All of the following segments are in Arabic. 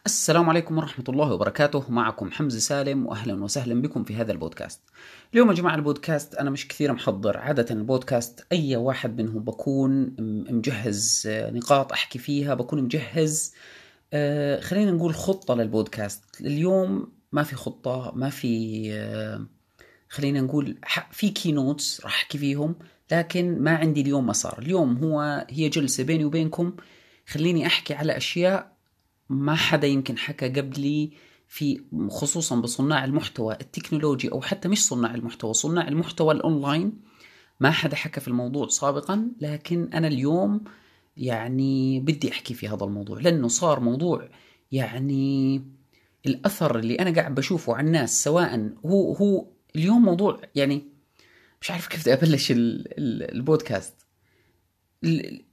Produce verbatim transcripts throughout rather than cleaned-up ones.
السلام عليكم ورحمة الله وبركاته. معكم حمزة سالم وأهلا وسهلا بكم في هذا البودكاست. اليوم يا جماعة البودكاست أنا مش كثير محضر. عادة البودكاست أي واحد منهم بكون مجهز نقاط أحكي فيها، بكون مجهز آه خلينا نقول خطة للبودكاست. اليوم ما في خطة، ما في آه خلينا نقول في كي نوتس راح أحكي فيهم، لكن ما عندي اليوم مسار. اليوم هو هي جلسة بيني وبينكم، خليني أحكي على أشياء ما حدا يمكن حكى قبلي، في خصوصا بصناع المحتوى التكنولوجي أو حتى مش صناع المحتوى، صناع المحتوى الأونلاين. ما حدا حكى في الموضوع سابقا، لكن أنا اليوم يعني بدي أحكي في هذا الموضوع، لأنه صار موضوع يعني الأثر اللي أنا قاعد بشوفه على الناس، سواء هو هو اليوم موضوع يعني مش عارف كيف بدي أبلش ال- ال- البودكاست. ال-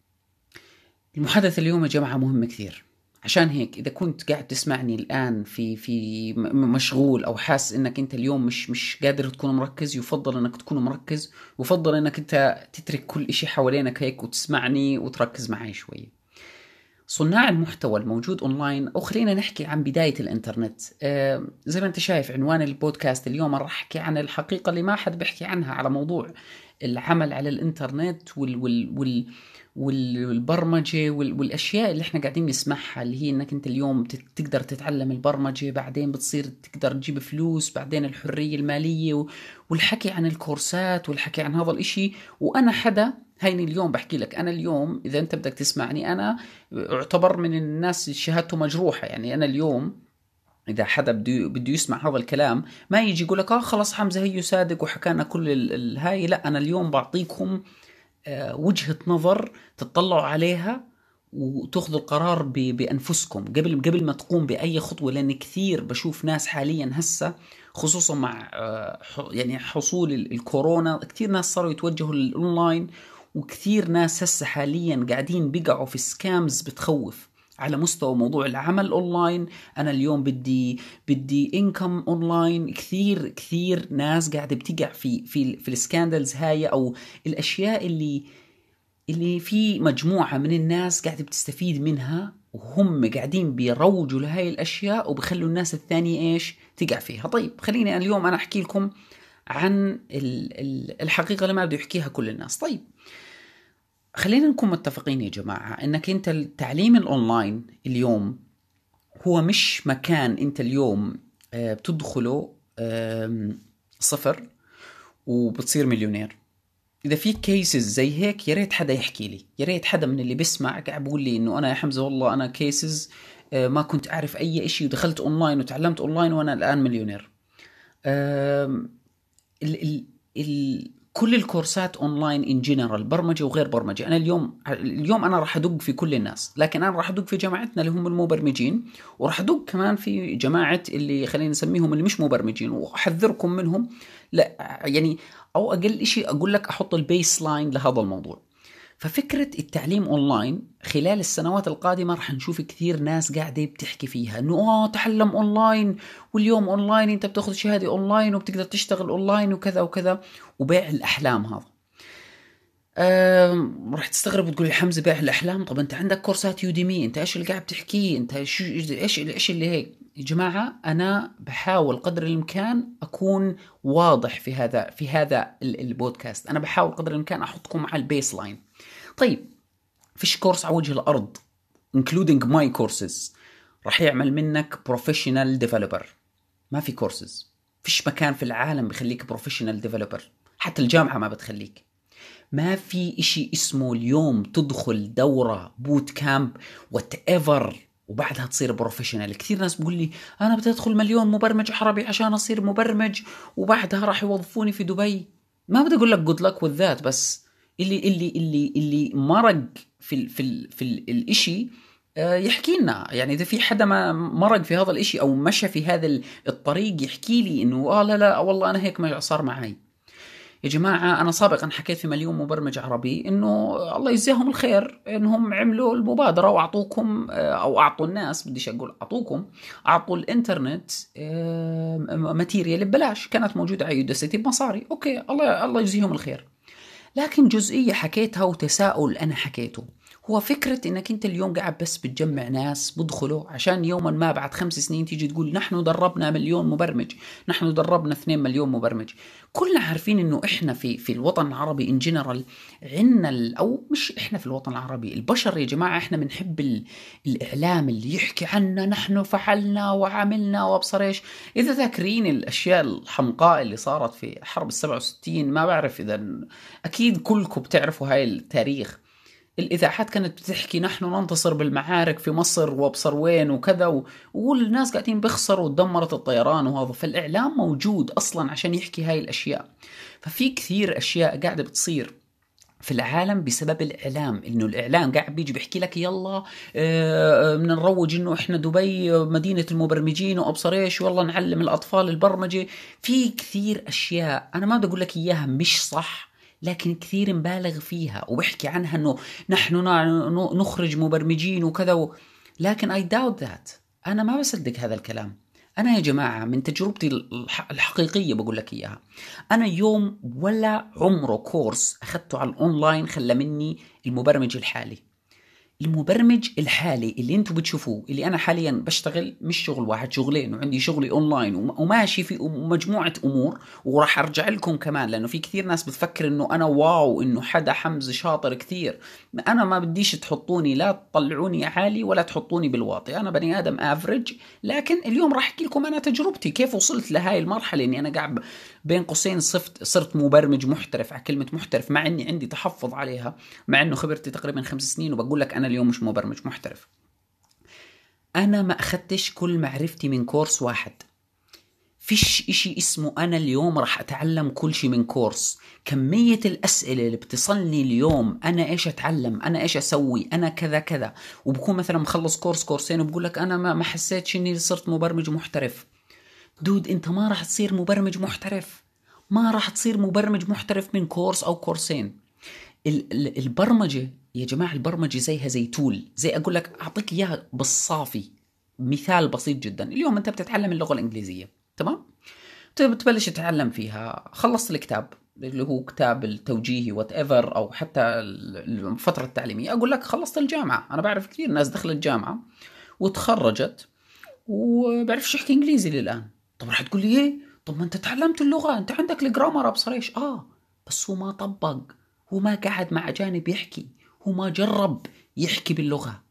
المحادثة اليوم يا جماعة مهمة كثير. عشان هيك إذا كنت قاعد تسمعني الآن في في م- مشغول أو حاس إنك أنت اليوم مش مش قادر تكون مركز، يفضل إنك تكون مركز، ويفضل إنك أنت تترك كل إشي حوالينك هيك وتسمعني وتركز معي شوية. صناع المحتوى الموجود أونلاين، أو خلينا نحكي عن بداية الإنترنت. آه زي ما أنت شايف عنوان البودكاست اليوم، راح أحكي عن الحقيقة اللي ما حد بيحكي عنها، على موضوع العمل على الإنترنت وال وال وال والبرمجة والأشياء اللي احنا قاعدين نسمعها، اللي هي انك انت اليوم تقدر تتعلم البرمجة، بعدين بتصير تقدر تجيب فلوس، بعدين الحرية المالية، والحكي عن الكورسات والحكي عن هذا الاشي. وانا حدا هيني اليوم بحكي لك، انا اليوم اذا انت بدك تسمعني انا اعتبر من الناس اللي شهادته مجروحة. يعني انا اليوم اذا حدا بده بده يسمع هذا الكلام، ما يجي يقول لك اه خلص حمزة هي صادق وحكانا كل الهاي. لا، انا اليوم بعطيكم وجهة نظر تطلعوا عليها وتاخذوا القرار بأنفسكم قبل قبل ما تقوم بأي خطوة. لأن كثير بشوف ناس حاليا هسه، خصوصا مع يعني حصول الكورونا، كثير ناس صاروا يتوجهوا للأونلاين، وكثير ناس هسه حاليا قاعدين بيقعوا في سكامز بتخوف على مستوى موضوع العمل اونلاين. انا اليوم بدي بدي انكم اونلاين. كثير كثير ناس قاعده بتقع في في في السكاندلز هاي، او الاشياء اللي اللي في مجموعه من الناس قاعده بتستفيد منها، وهم قاعدين بيروجوا لهاي الاشياء وبخلوا الناس الثانيه ايش تقع فيها. طيب خليني اليوم انا احكي لكم عن الحقيقه اللي ما بده يحكيها كل الناس. طيب خلينا نكون متفقين يا جماعة انك انت التعليم الاونلاين اليوم هو مش مكان انت اليوم بتدخله صفر وبتصير مليونير. اذا في كيسز زي هيك يا ريت حدا يحكي لي، يا ريت حدا من اللي بيسمع قاعد بقول لي انه انا يا حمزة والله انا كيسز ما كنت اعرف اي اشي ودخلت اونلاين وتعلمت اونلاين وانا الان مليونير. ال ال ال كل الكورسات اونلاين ان جنرال، برمجه وغير برمجه. انا اليوم اليوم انا راح ادق في كل الناس، لكن انا راح ادق في جماعتنا اللي هم المبرمجين، وراح ادق كمان في جماعه اللي خلينا نسميهم اللي مش مبرمجين، واحذركم منهم. لا يعني، او اقل شيء اقول لك احط البيس لاين لهذا الموضوع. ففكرة التعليم أونلاين خلال السنوات القادمة رح نشوف كثير ناس قاعدة بتحكي فيها إنه آه تعلم أونلاين، واليوم أونلاين أنت بتاخذ شهادة أونلاين وبتقدر تشتغل أونلاين وكذا وكذا، وبيع الأحلام هذا. رح تستغرب وتقول لي حمزة بيع الأحلام؟ طب أنت عندك كورسات يوديمي، أنت إيش اللي قاعد بتحكيه؟ أنت شو إيش إيش اللي هيك؟ يا جماعة أنا بحاول قدر الإمكان أكون واضح في هذا في هذا البودكاست. أنا بحاول قدر الإمكان أحطكم على البيس لاين. طيب فيش كورس على وجه الأرض including my courses راح يعمل منك professional developer. ما في كورسز، فيش مكان في العالم بخليك professional developer، حتى الجامعة ما بتخليك. ما في اشي اسمه اليوم تدخل دورة بوت كامب whatever وبعدها تصير بروفيشنال. كثير ناس بقول لي انا بدي ادخل مليون مبرمج عربي عشان اصير مبرمج وبعدها راح يوظفوني في دبي. ما بدي اقول لك good luck with that، بس اللي اللي اللي اللي مرق في ال في ال في ال الاشي يحكي لنا. يعني اذا في حدا ما مرق في هذا الاشي او مشى في هذا الطريق يحكي لي انه اه لا لا والله انا هيك ما صار معي. يا جماعة أنا سابقا حكيت في مليون مبرمج عربي إنه الله يجزيهم الخير إنهم عملوا المبادرة وأعطوكم أو أعطوا الناس، بديش أقول أعطوكم، أعطوا الإنترنت ماتيريال ببلاش، كانت موجودة على يوداسيتي بمصاري. أوكي الله الله يجزيهم الخير. لكن جزئية حكيتها وتساؤل أنا حكيته، هو فكرة انك انت اليوم قاعد بس بتجمع ناس بدخلوا عشان يوما ما بعد خمس سنين تيجي تقول نحن دربنا مليون مبرمج، نحن دربنا اثنين مليون مبرمج. كلنا عارفين انه احنا في في الوطن العربي ان جنرال عنا، او مش احنا في الوطن العربي، البشر يا جماعة احنا بنحب الاعلام اللي يحكي عنا نحن فعلنا وعملنا وابصر ايش. اذا ذاكرين الاشياء الحمقاء اللي صارت في حرب السبعة وستين، ما بعرف اذا اكيد كلكم بتعرفوا هاي التاريخ، الإذاعات كانت بتحكي نحن ننتصر بالمعارك في مصر وابصر وين وكذا، والناس قاعدين بيخسروا ودمرت الطيران وهذا. فالإعلام موجود أصلا عشان يحكي هاي الأشياء. ففي كثير أشياء قاعدة بتصير في العالم بسبب الإعلام، إنه الإعلام قاعد بيجي بيحكي لك يلا بدنا نروج إنه إحنا دبي مدينة المبرمجين وأبصر إيش، والله نعلم الأطفال البرمجة. في كثير أشياء أنا ما بدي أقول لك إياها مش صح، لكن كثير مبالغ فيها وبحكي عنها إنه نحن نخرج مبرمجين وكذا و... لكن I doubt that. أنا ما بصدق هذا الكلام. أنا يا جماعة من تجربتي الحقيقية بقول لك إياها، أنا يوم ولا عمره كورس أخذته على الأونلاين خلى مني المبرمج الحالي. المبرمج الحالي اللي انتوا بتشوفوه، اللي انا حاليا بشتغل مش شغل واحد، شغلين، وعندي شغلي اونلاين وماشي في مجموعة امور، وراح ارجع لكم كمان لانه في كثير ناس بتفكر انه انا واو، انه حدا حمزة شاطر كثير. انا ما بديش تحطوني، لا تطلعوني عالي ولا تحطوني بالواطي، انا بني ادم افريج. لكن اليوم راح احكي لكم انا تجربتي كيف وصلت لهاي المرحلة، اني انا قاعد بين قوسين صرت صرت مبرمج محترف. على كلمة محترف مع اني عندي تحفظ عليها، مع انه خبرتي تقريبا خمس سنين، وبقول لك انا اليوم مش مبرمج محترف. أنا ما أخدتش كل معرفتي من كورس واحد. فيش إشي اسمه أنا اليوم راح أتعلم كل شي من كورس. كمية الأسئلة اللي بتصلني اليوم أنا إيش أتعلم، أنا إيش أسوي، أنا كذا كذا، وبكون مثلا مخلص كورس كورسين وبقول لك أنا ما حسيتش إني صرت مبرمج محترف. دود أنت ما راح تصير مبرمج محترف، ما راح تصير مبرمج محترف من كورس أو كورسين. البرمجة يا جماعة، البرمجة زيها زي تول، زي أقول لك أعطيك إياها بالصافي. مثال بسيط جدا، اليوم أنت بتتعلم اللغة الإنجليزية، تمام؟ تبلش تتعلم فيها، خلصت الكتاب اللي هو كتاب التوجيهي وات ايفر، أو حتى الفترة التعليمية. أقول لك خلصت الجامعة. أنا بعرف كثير ناس دخلت الجامعة وتخرجت وبعرفش يحكي إنجليزي للآن. طب راح تقول لي إيه؟ طب ما أنت تعلمت اللغة، أنت عندك الجرامر أبصر إيش. آه بس هو ما طبق، هو ما قاعد مع أجانب يحكي، هو ما جرب يحكي باللغة.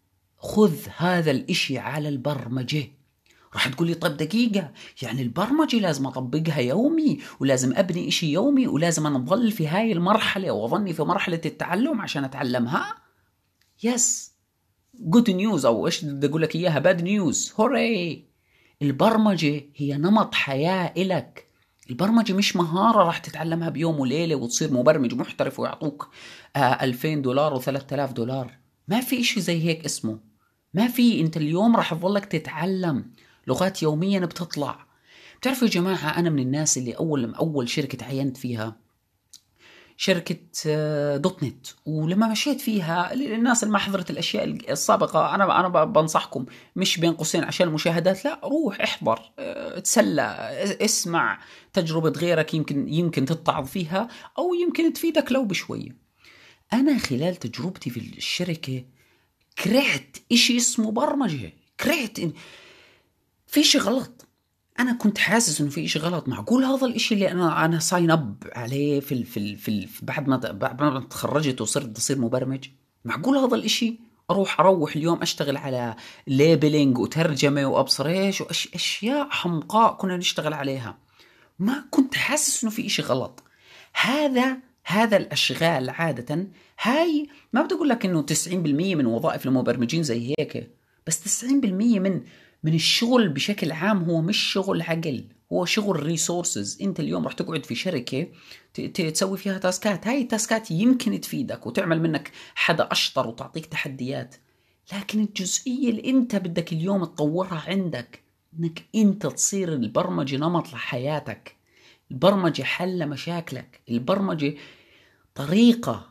خذ هذا الإشي على البرمجة. راح تقول لي طب دقيقة، يعني البرمجة لازم أطبقها يومي، ولازم أبني إشي يومي، ولازم أنا أظل في هاي المرحلة وأظني في مرحلة التعلم عشان أتعلمها؟ يس، good news، أو إيش بدي أقول لك إياها، bad news، هوري. البرمجة هي نمط حياة إلك. البرمجة مش مهارة راح تتعلمها بيوم وليلة وتصير مبرمج محترف ويعطوك آه ألفين دولار وثلاثة آلاف دولار. ما في إشي زي هيك اسمه، ما في. أنت اليوم راح تظلك تتعلم لغات يوميا بتطلع. بتعرفوا يا جماعة، أنا من الناس اللي أول أول شركة تعينت فيها شركة دوت نت، ولما مشيت فيها الناس اللي ما حضرت الأشياء السابقة، أنا أنا بنصحكم مش بين قوسين عشان المشاهدات، لا، روح احضر، تسلى، اسمع تجربة غيرك، يمكن يمكن تتعظ فيها أو يمكن تفيدك لو بشوية. أنا خلال تجربتي في الشركة كرهت إشي اسمه برمجة، كرهت إن في شيء غلط. أنا كنت حاسس إنه في إشي غلط. معقول هذا الإشي اللي أنا أنا ساين أب عليه في ال في ال في ال بعد ما بعد ما تخرجت وصرت أصير مبرمج، معقول هذا الإشي أروح أروح اليوم أشتغل على ليبلينج وترجمة وأبصر إيش وأشياء حمقاء كنا نشتغل عليها. ما كنت حاسس إنه في إشي غلط. هذا هذا الأشغال عادة، هاي ما بدي أقول لك إنه تسعين بالمية من وظائف المبرمجين زي هيك، بس تسعين بالمية من من الشغل بشكل عام هو مش شغل عقل، هو شغل ريسورسز. انت اليوم راح تقعد في شركة تسوي فيها تاسكات، هاي التاسكات يمكن تفيدك وتعمل منك حدا أشطر وتعطيك تحديات، لكن الجزئية اللي انت بدك اليوم تطورها عندك انك انت تصير البرمجة نمط لحياتك. البرمجة حل مشاكلك، البرمجة طريقة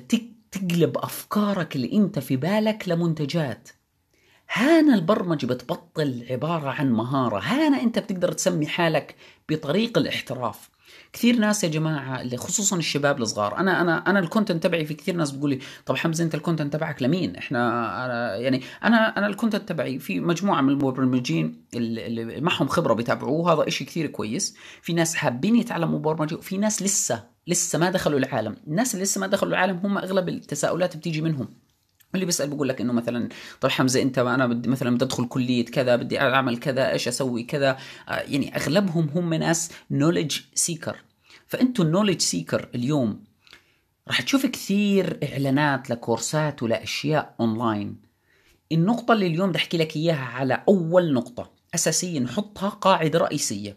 لتقلب أفكارك اللي انت في بالك لمنتجات. هانا البرمجة بتبطل عبارة عن مهارة، هانا انت بتقدر تسمي حالك بطريق الاحتراف. كثير ناس يا جماعه اللي خصوصا الشباب الصغار، انا انا انا الكونتنت تبعي في كثير ناس بتقول لي طب حمزه انت الكونتنت تبعك لمين؟ احنا أنا يعني انا انا الكونتنت تبعي في مجموعه من المبرمجين اللي اللي معهم خبره بتابعوه، هذا إشي كثير كويس. في ناس حابين يتعلموا برمجه، وفي ناس لسه لسه ما دخلوا العالم. الناس اللي لسه ما دخلوا العالم هم اغلب التساؤلات بتيجي منهم. اللي بيسأل بيقول لك انه مثلا طيب حمزه انت، انا بدي مثلا بدي ادخل كليه كذا، بدي اعمل كذا، ايش اسوي كذا. آه، يعني اغلبهم هم ناس نوليدج سيكر. فانتوا النوليدج سيكر اليوم راح تشوف كثير اعلانات لكورسات ولاشياء اونلاين. النقطه اللي اليوم بدي احكي لك اياها على اول نقطه اساسيه نحطها قاعده رئيسيه: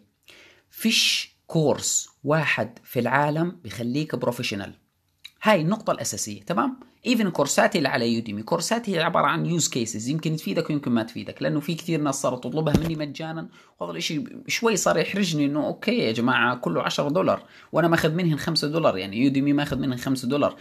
فيش كورس واحد في العالم بخليك بروفيشنال. هاي النقطة الأساسية، تمام؟ ايفن كورساتي اللي على يوديمي، كورساتي هي عبارة عن يوز كيسز، يمكن تفيدك ويمكن ما تفيدك، لأنه في كثير ناس صارت تطلبها مني مجانا، وهذا الشيء شوي صار يحرجني إنه أوكي يا جماعة كله عشرة دولار وأنا ماخذ منهن خمسة دولار، يعني يوديمي ماخذ منهن خمسة دولار.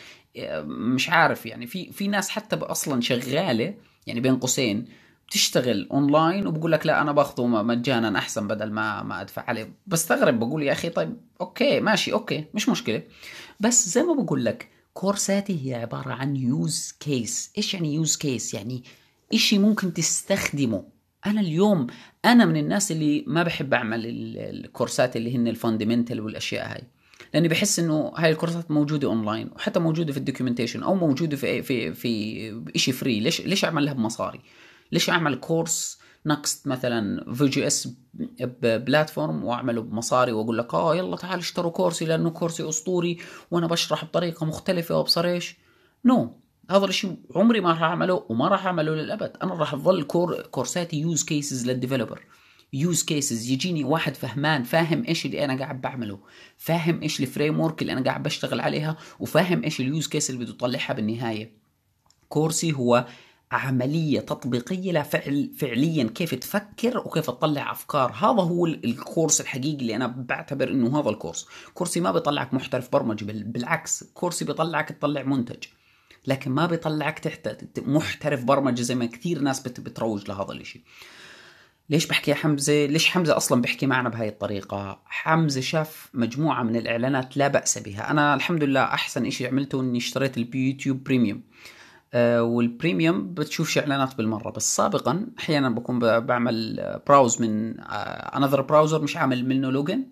مش عارف يعني في في ناس حتى أصلا شغالة يعني بين قوسين بتشتغل اونلاين وبقول لك لا انا باخذه مجانا احسن بدل ما ما ادفع عليه. بستغرب بقول يا اخي طيب اوكي ماشي اوكي مش مشكله. بس زي ما بقول لك كورساتي هي عباره عن يوز كيس. ايش يعني يوز كيس؟ يعني اشي ممكن تستخدمه. انا اليوم انا من الناس اللي ما بحب اعمل الكورسات اللي هن الفاندمنتال والاشياء هاي، لاني بحس انه هاي الكورسات موجوده اونلاين وحتى موجوده في الدوكيومنتيشن او موجوده في في في شيء فري. ليش ليش اعمل لها بمصاري؟ ليش اعمل كورس نكست مثلا في جي اس بلاتفورم واعمله بمصاري واقول لك اه يلا تعال اشتروا كورسي لانه كورسي اسطوري وانا بشرح بطريقه مختلفه وابصر ايش؟ نو no. هذا الشيء عمري ما راح اعمله وما راح اعمله للابد. انا راح اظل كور كورساتي يوز كيسز للديفلوبر. يوز كيسز يجيني واحد فهمان فاهم ايش اللي انا قاعد بعمله، فاهم ايش الفريم ورك اللي انا قاعد بشتغل عليها، وفاهم ايش اليوز كيس اللي بده يطلعها بالنهايه. كورسي هو عملية تطبيقية لفعل فعليا كيف تفكر وكيف تطلع أفكار. هذا هو الكورس الحقيقي اللي أنا بعتبر إنه هذا الكورس. كورسي ما بيطلعك محترف برمجة، بالعكس كورسي بيطلعك تطلع منتج، لكن ما بيطلعك تحت محترف برمجة زي ما كثير ناس بتروج لهذا الاشي. ليش بحكي يا حمزة؟ ليش حمزة أصلا بحكي معنا بهاي الطريقة؟ حمزة شاف مجموعة من الإعلانات لا بأس بها. أنا الحمد لله أحسن إشي عملته إني اشتريت البيوتيوب بريميوم. آه والبريميوم بتشوفش إعلانات بالمرة، بس سابقا أحيانا بكون بعمل براوز من آه another براوزر مش عامل منه لوجن،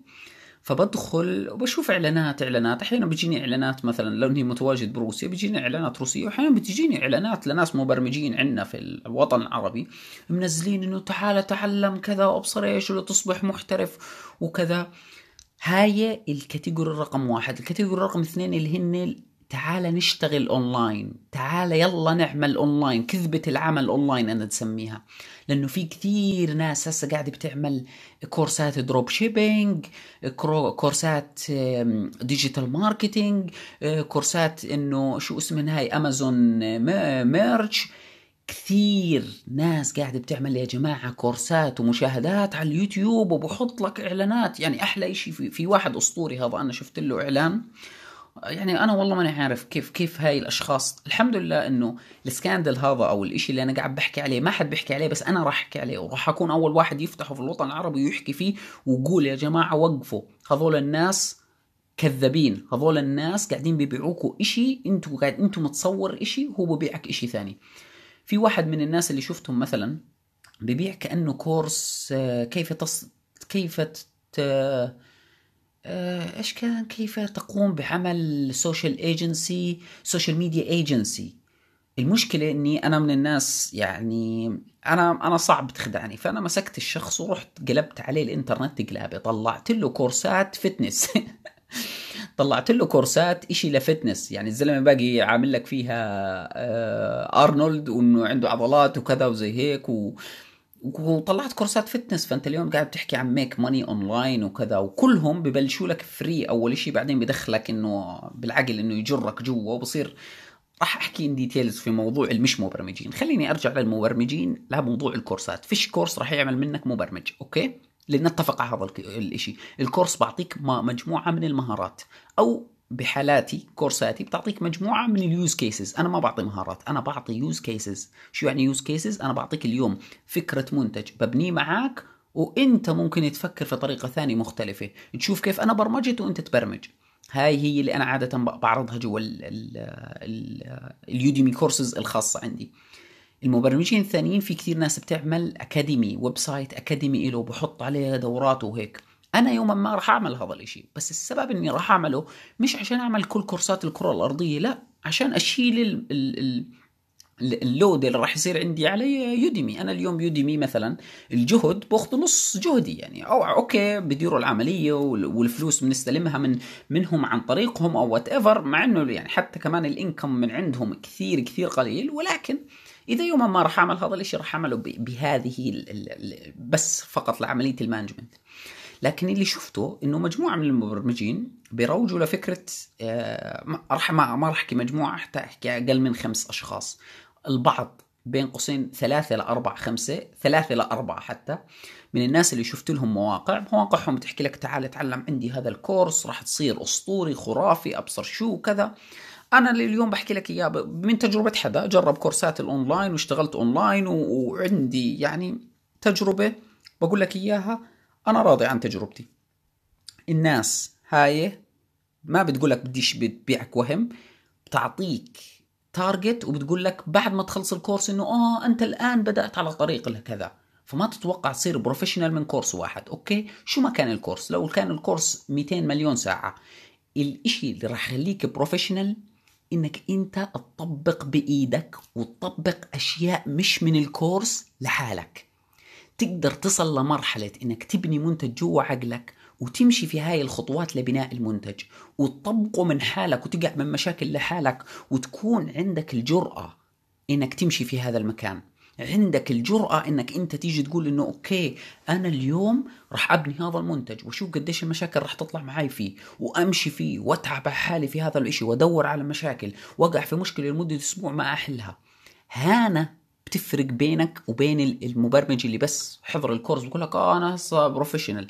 فبدخل وبشوف اعلانات اعلانات احيانا بتجيني اعلانات مثلا لو اني متواجد بروسيا بتجيني اعلانات روسيه، واحيانا بتجيني اعلانات لناس مبرمجين عندنا في الوطن العربي منزلين انه تعال تعلم كذا وابصر ايش وتصبح محترف وكذا. هاي الكاتيجوري رقم واحد. الكاتيجوري رقم اثنين اللي هن تعال نشتغل اونلاين، تعال يلا نعمل اونلاين، كذبة العمل اونلاين انا تسميها. لانه في كثير ناس هسه قاعدة بتعمل كورسات دروب شيبينج، كورسات ديجيتال ماركتينج، كورسات انه شو اسمها هاي امازون ميرش. كثير ناس قاعدة بتعمل يا جماعة كورسات ومشاهدات على اليوتيوب وبحط لك اعلانات. يعني احلى اشي في, في واحد اسطوري هذا انا شفت له اعلان، يعني انا والله ماني عارف كيف كيف هاي الاشخاص. الحمد لله انه السكاندل هذا او الاشي اللي انا قاعد بحكي عليه ما حد بيحكي عليه، بس انا راح احكي عليه وراح اكون اول واحد يفتحه في الوطن العربي ويحكي فيه ويقول يا جماعة وقفوا، هذول الناس كذابين، هذول الناس قاعدين بيبيعوكوا اشي، انتوا قاعد انتوا متصور اشي هو ببيعك اشي ثاني. في واحد من الناس اللي شفتهم مثلا ببيع كأنه كورس كيف تص... كيف ت... ايش كان كيف تقوم بعمل سوشيال ايجنسي، سوشيال ميديا ايجنسي. المشكلة اني انا من الناس يعني انا انا صعب تخدعني، فانا مسكت الشخص ورحت قلبت عليه الانترنت قلابه، طلعت له كورسات فتنس طلعت له كورسات اشي لفتنس، يعني الزلمه باقي عامل لك فيها آه ارنولد وانه عنده عضلات وكذا وزي هيك و... وطلعت كورسات فتنس. فانت اليوم قاعد بتحكي عن ميك ماني اونلاين وكذا، وكلهم ببلشوا لك فري اول شيء، بعدين بدخلك انه بالعقل انه يجرك جوا وبصير. راح احكي ان ديتيلز في موضوع المش مبرمجين. خليني ارجع للمبرمجين لموضوع الكورسات. فيش كورس راح يعمل منك مبرمج، اوكي؟ لنتفق على هذا الاشي. الكورس بعطيك مجموعة من المهارات، او بحالاتي كورساتي بتعطيك مجموعة من اليوز كيسز. أنا ما بعطي مهارات، أنا بعطي يوز كيسز. شو يعني يوز كيسز؟ أنا بعطيك اليوم فكرة منتج ببنيه معاك وانت ممكن تفكر في طريقة ثانية مختلفة، تشوف كيف انا برمجت وانت تبرمج. هاي هي اللي انا عادة بعرضها جوا اليوديمي كورسز الخاصة عندي. المبرمجين الثانيين في كثير ناس بتعمل اكاديمي، ويب سايت اكاديمي له بحط عليه دورات وهيك. انا يوما ما راح اعمل هذا الاشي، بس السبب اني راح اعمله مش عشان اعمل كل كورسات الكرة الارضية، لا، عشان اشيل ال ال ال اللود اللي راح يصير عندي علي يوديمي. انا اليوم يوديمي مثلا الجهد باخذ نص جهدي يعني، او اوكي بديروا العمليه والفلوس بنستلمها من منهم عن طريقهم او وات ايفر، مع انه يعني حتى كمان الانكم من عندهم كثير كثير قليل، ولكن اذا يوما ما راح اعمل هذا الاشي راح اعمله بهذه بس فقط لعمليه المانجمنت. لكن اللي شفته انه مجموعه من المبرمجين بيروجوا لفكره، آه راح ما ما راح احكي مجموعه، حتى احكي اقل من خمس اشخاص، البعض بين قوسين ثلاثة لأربع خمسة ثلاثة لأربعة حتى من الناس اللي شفت لهم مواقع مواقعهم بتحكي لك تعال اتعلم عندي هذا الكورس راح تصير أسطوري خرافي أبصر شو كذا. أنا اللي اليوم بحكي لك إياه من تجربة حدا جرب كورسات الأونلاين واشتغلت أونلاين وعندي يعني تجربة بقول لك إياها، أنا راضي عن تجربتي. الناس هاي ما بتقول لك بديش بتبيعك وهم، بتعطيك تارجت وبتقول لك بعد ما تخلص الكورس انه اه انت الان بدأت على طريق لكذا. فما تتوقع تصير بروفيشنال من كورس واحد. اوكي شو ما كان الكورس، لو كان الكورس مئتين مليون ساعة، الاشي اللي راح يخليك بروفيشنال انك انت تطبق بايدك وتطبق اشياء مش من الكورس لحالك. تقدر تصل لمرحلة انك تبني منتج جوا عقلك وتمشي في هاي الخطوات لبناء المنتج وتطبقه من حالك وتقع من مشاكل لحالك، وتكون عندك الجرأة انك تمشي في هذا المكان، عندك الجرأة انك انت تيجي تقول انه اوكي انا اليوم راح ابني هذا المنتج وشوف قديش المشاكل راح تطلع معي فيه وامشي فيه واتعب حالي في هذا الاشي وادور على مشاكل واقع في مشكلة لمدة اسبوع ما احلها. هانا بتفرق بينك وبين المبرمج اللي بس حضر الكورس بيقول لك اه انا هسه بروفيشنال.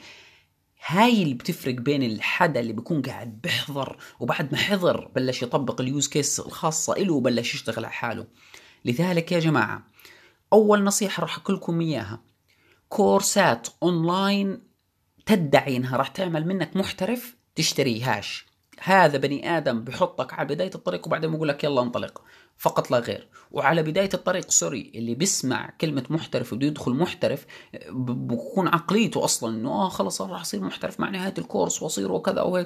هاي اللي بتفرق بين الحدا اللي بيكون قاعد بيحضر وبعد ما حضر بلش يطبق اليوز كيس الخاصة له وبلش يشتغل على حاله. لذلك يا جماعة أول نصيحة راح أقولكم إياها، كورسات أونلاين تدعي إنها راح تعمل منك محترف تشتريهاش. هذا بني آدم بحطك على بداية الطريق وبعدين بيقول لك يلا انطلق فقط لا غير. وعلى بداية الطريق سوري اللي بيسمع كلمة محترف وبده يدخل محترف بكون عقليته أصلا إنه آه خلص راح أصير محترف مع نهاية الكورس وأصير وكذا وهيك.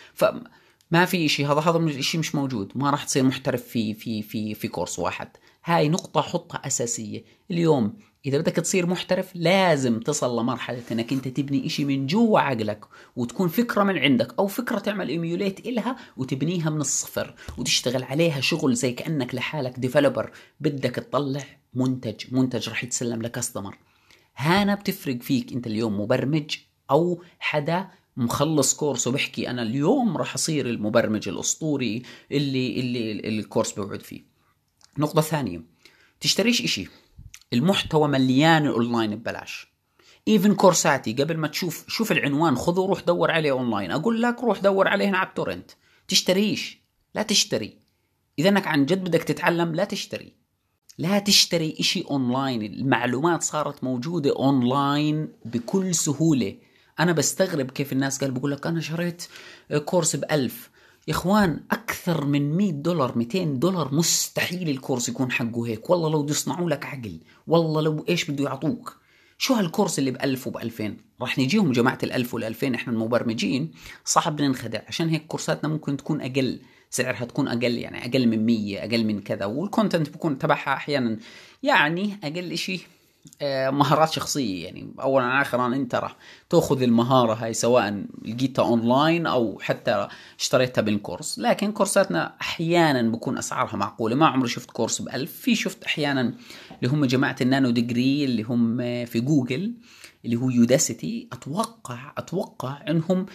فما في إشي، هذا هذا الإشي مش موجود. ما راح تصير محترف في في في في كورس واحد. هاي نقطة حطها أساسية اليوم. إذا بدك تصير محترف لازم تصل لمرحلة إنك أنت تبني إشي من جوا عقلك وتكون فكرة من عندك أو فكرة تعمل إيميوليت إلها وتبنيها من الصفر وتشتغل عليها شغل زي كأنك لحالك ديفلوبر بدك تطلع منتج منتج رح يتسلم لكاستمر. هانا بتفرق فيك أنت اليوم مبرمج أو حدا مخلص كورس وبحكي أنا اليوم رح أصير المبرمج الأسطوري اللي اللي الكورس بيوعد فيه. نقطة ثانية، تشتريش إشي، المحتوى مليان اونلاين ببلاش. ايفن كورساتي قبل ما تشوف شوف العنوان خذه وروح دور عليه اونلاين، اقول لك روح دور عليه هنا على التورنت. تشتريش، لا تشتري. اذا انك عن جد بدك تتعلم لا تشتري، لا تشتري اشي اونلاين. المعلومات صارت موجودة اونلاين بكل سهولة. انا بستغرب كيف الناس قال بقول لك انا شريت كورس بألف. يا اخوان اكثر من مئة دولار مئتين دولار مستحيل الكورس يكون حقه هيك، والله لو يصنعوا لك عقل، والله لو ايش بده يعطوك. شو هالكورس اللي بألف وبألفين؟ راح نجيهم جماعة الألف والألفين، احنا المبرمجين صعب ننخدع، عشان هيك كورساتنا ممكن تكون أقل، سعرها تكون أقل، يعني أقل من مية أقل من كذا، والكونتنت بيكون تبعها أحيانا يعني أقل إشي مهارات شخصية. يعني أولا آخرا أنت راح تأخذ المهارة هاي سواء لقيتها أونلاين أو حتى اشتريتها بالكورس. لكن كورساتنا أحيانا بكون أسعارها معقولة. ما عمري شفت كورس بألف. في شفت أحيانا اللي هم جماعة النانو ديجري اللي هم في جوجل اللي هو يوداسيتي، أتوقع أتوقع أنهم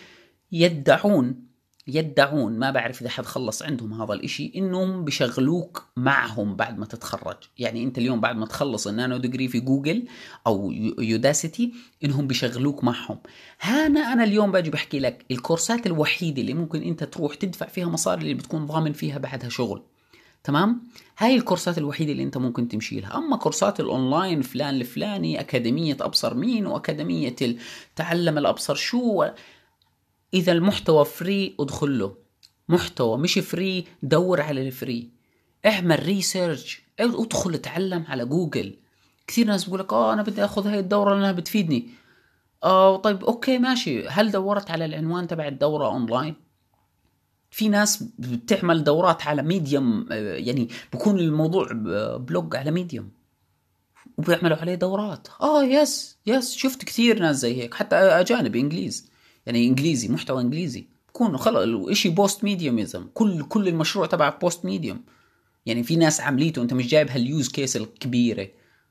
يدعون يدعون ما بعرف إذا حد خلص عندهم هذا الإشي إنهم بيشغلوك معهم بعد ما تتخرج. يعني أنت اليوم بعد ما تخلص النانو ديجري في جوجل أو يوداسيتي إنهم بيشغلوك معهم. هانا أنا اليوم باجي بحكي لك الكورسات الوحيدة اللي ممكن أنت تروح تدفع فيها مصاري اللي بتكون ضامن فيها بعدها شغل. تمام؟ هاي الكورسات الوحيدة اللي انت ممكن تمشي لها. اما كورسات الاونلاين فلان الفلاني، اكاديمية ابصر مين، واكاديمية تعلم الابصر شو، اذا المحتوى فري ادخل له، محتوى مش فري دور على الفري، اعمل ريسيرش، ادخل اتعلم على جوجل. كثير ناس بيقولك اه انا بدي اخذ هاي الدورة لانها بتفيدني. اه طيب اوكي ماشي، هل دورت على العنوان تبع الدورة اونلاين؟ في ناس بتعمل دورات على ميديوم، يعني بكون الموضوع بلوج على ميديوم وبيعملوا عليه دورات. اه يس يس شفت كثير ناس زي هيك، حتى اجانب انجليز، يعني انجليزي، محتوى انجليزي، بكون خلص الاشي بوست ميديوميزم، كل كل المشروع تبعك بوست ميديوم. يعني في ناس عمليته، انت مش جايب هاليوز كيس الكبيره.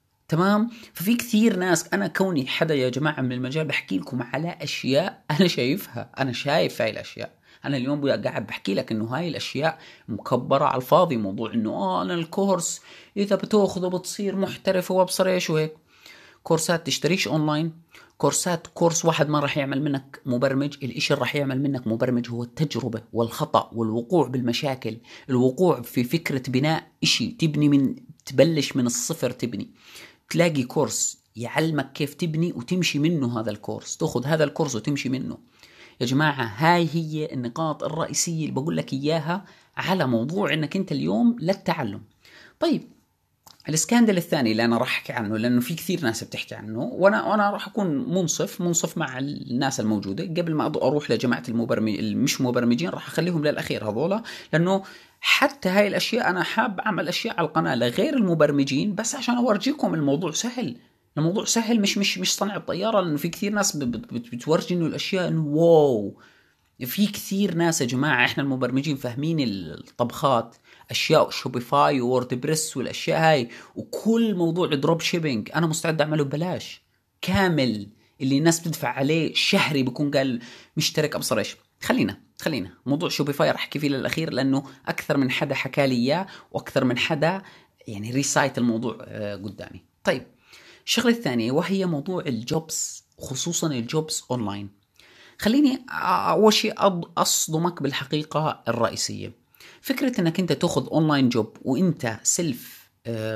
تمام. ففي كثير ناس، انا كوني حدا يا جماعه من المجال بحكي لكم على اشياء انا شايفها، انا شايف هاي الاشياء. انا اليوم قاعد بحكي لك انه هاي الاشياء مكبره على الفاضي. موضوع انه اه انا الكورس اذا بتاخذه بتصير محترف وابصر ايش وهيك. كورسات تشتريش اونلاين، كورسات كورس واحد ما راح يعمل منك مبرمج. الاشي اللي راح يعمل منك مبرمج هو التجربة والخطأ والوقوع بالمشاكل، الوقوع في فكرة بناء اشي، تبني من تبلش من الصفر، تبني تلاقي كورس يعلمك كيف تبني وتمشي منه. هذا الكورس تاخذ هذا الكورس وتمشي منه. يا جماعة هاي هي النقاط الرئيسية اللي بقول لك إياها على موضوع إنك أنت اليوم للتعلم. طيب الاسكاندل الثاني اللي انا راح احكي عنه، لانه في كثير ناس بتحكي عنه، وانا وانا راح اكون منصف منصف مع الناس الموجوده. قبل ما اروح لجماعه المبرمج المش مبرمجين راح اخليهم للاخير هذولا، لانه حتى هاي الاشياء انا حاب اعمل اشياء على القناه لغير المبرمجين، بس عشان اورجيكم الموضوع سهل. الموضوع سهل، مش مش مش صنع الطياره، لانه في كثير ناس بتورجي انه الاشياء انه واو. في كثير ناس يا جماعة، احنا المبرمجين فاهمين الطبخات، اشياء شوبيفاي ووردبريس والاشياء هاي، وكل موضوع دروب شيبينج انا مستعد اعمله ببلاش كامل. اللي الناس بتدفع عليه شهري بيكون قال مشترك ابصر ايش. خلينا خلينا موضوع شوبيفاي رح احكي فيه للاخير، لانه اكثر من حدا حكى لي اياه، واكثر من حدا يعني ريسايت الموضوع قدامي. طيب الشغلة الثانية وهي موضوع الجوبس، خصوصا الجوبس اونلاين. خليني أول شيء أصدمك بالحقيقة الرئيسية. فكرة أنك أنت تأخذ أونلاين جوب وأنت سيلف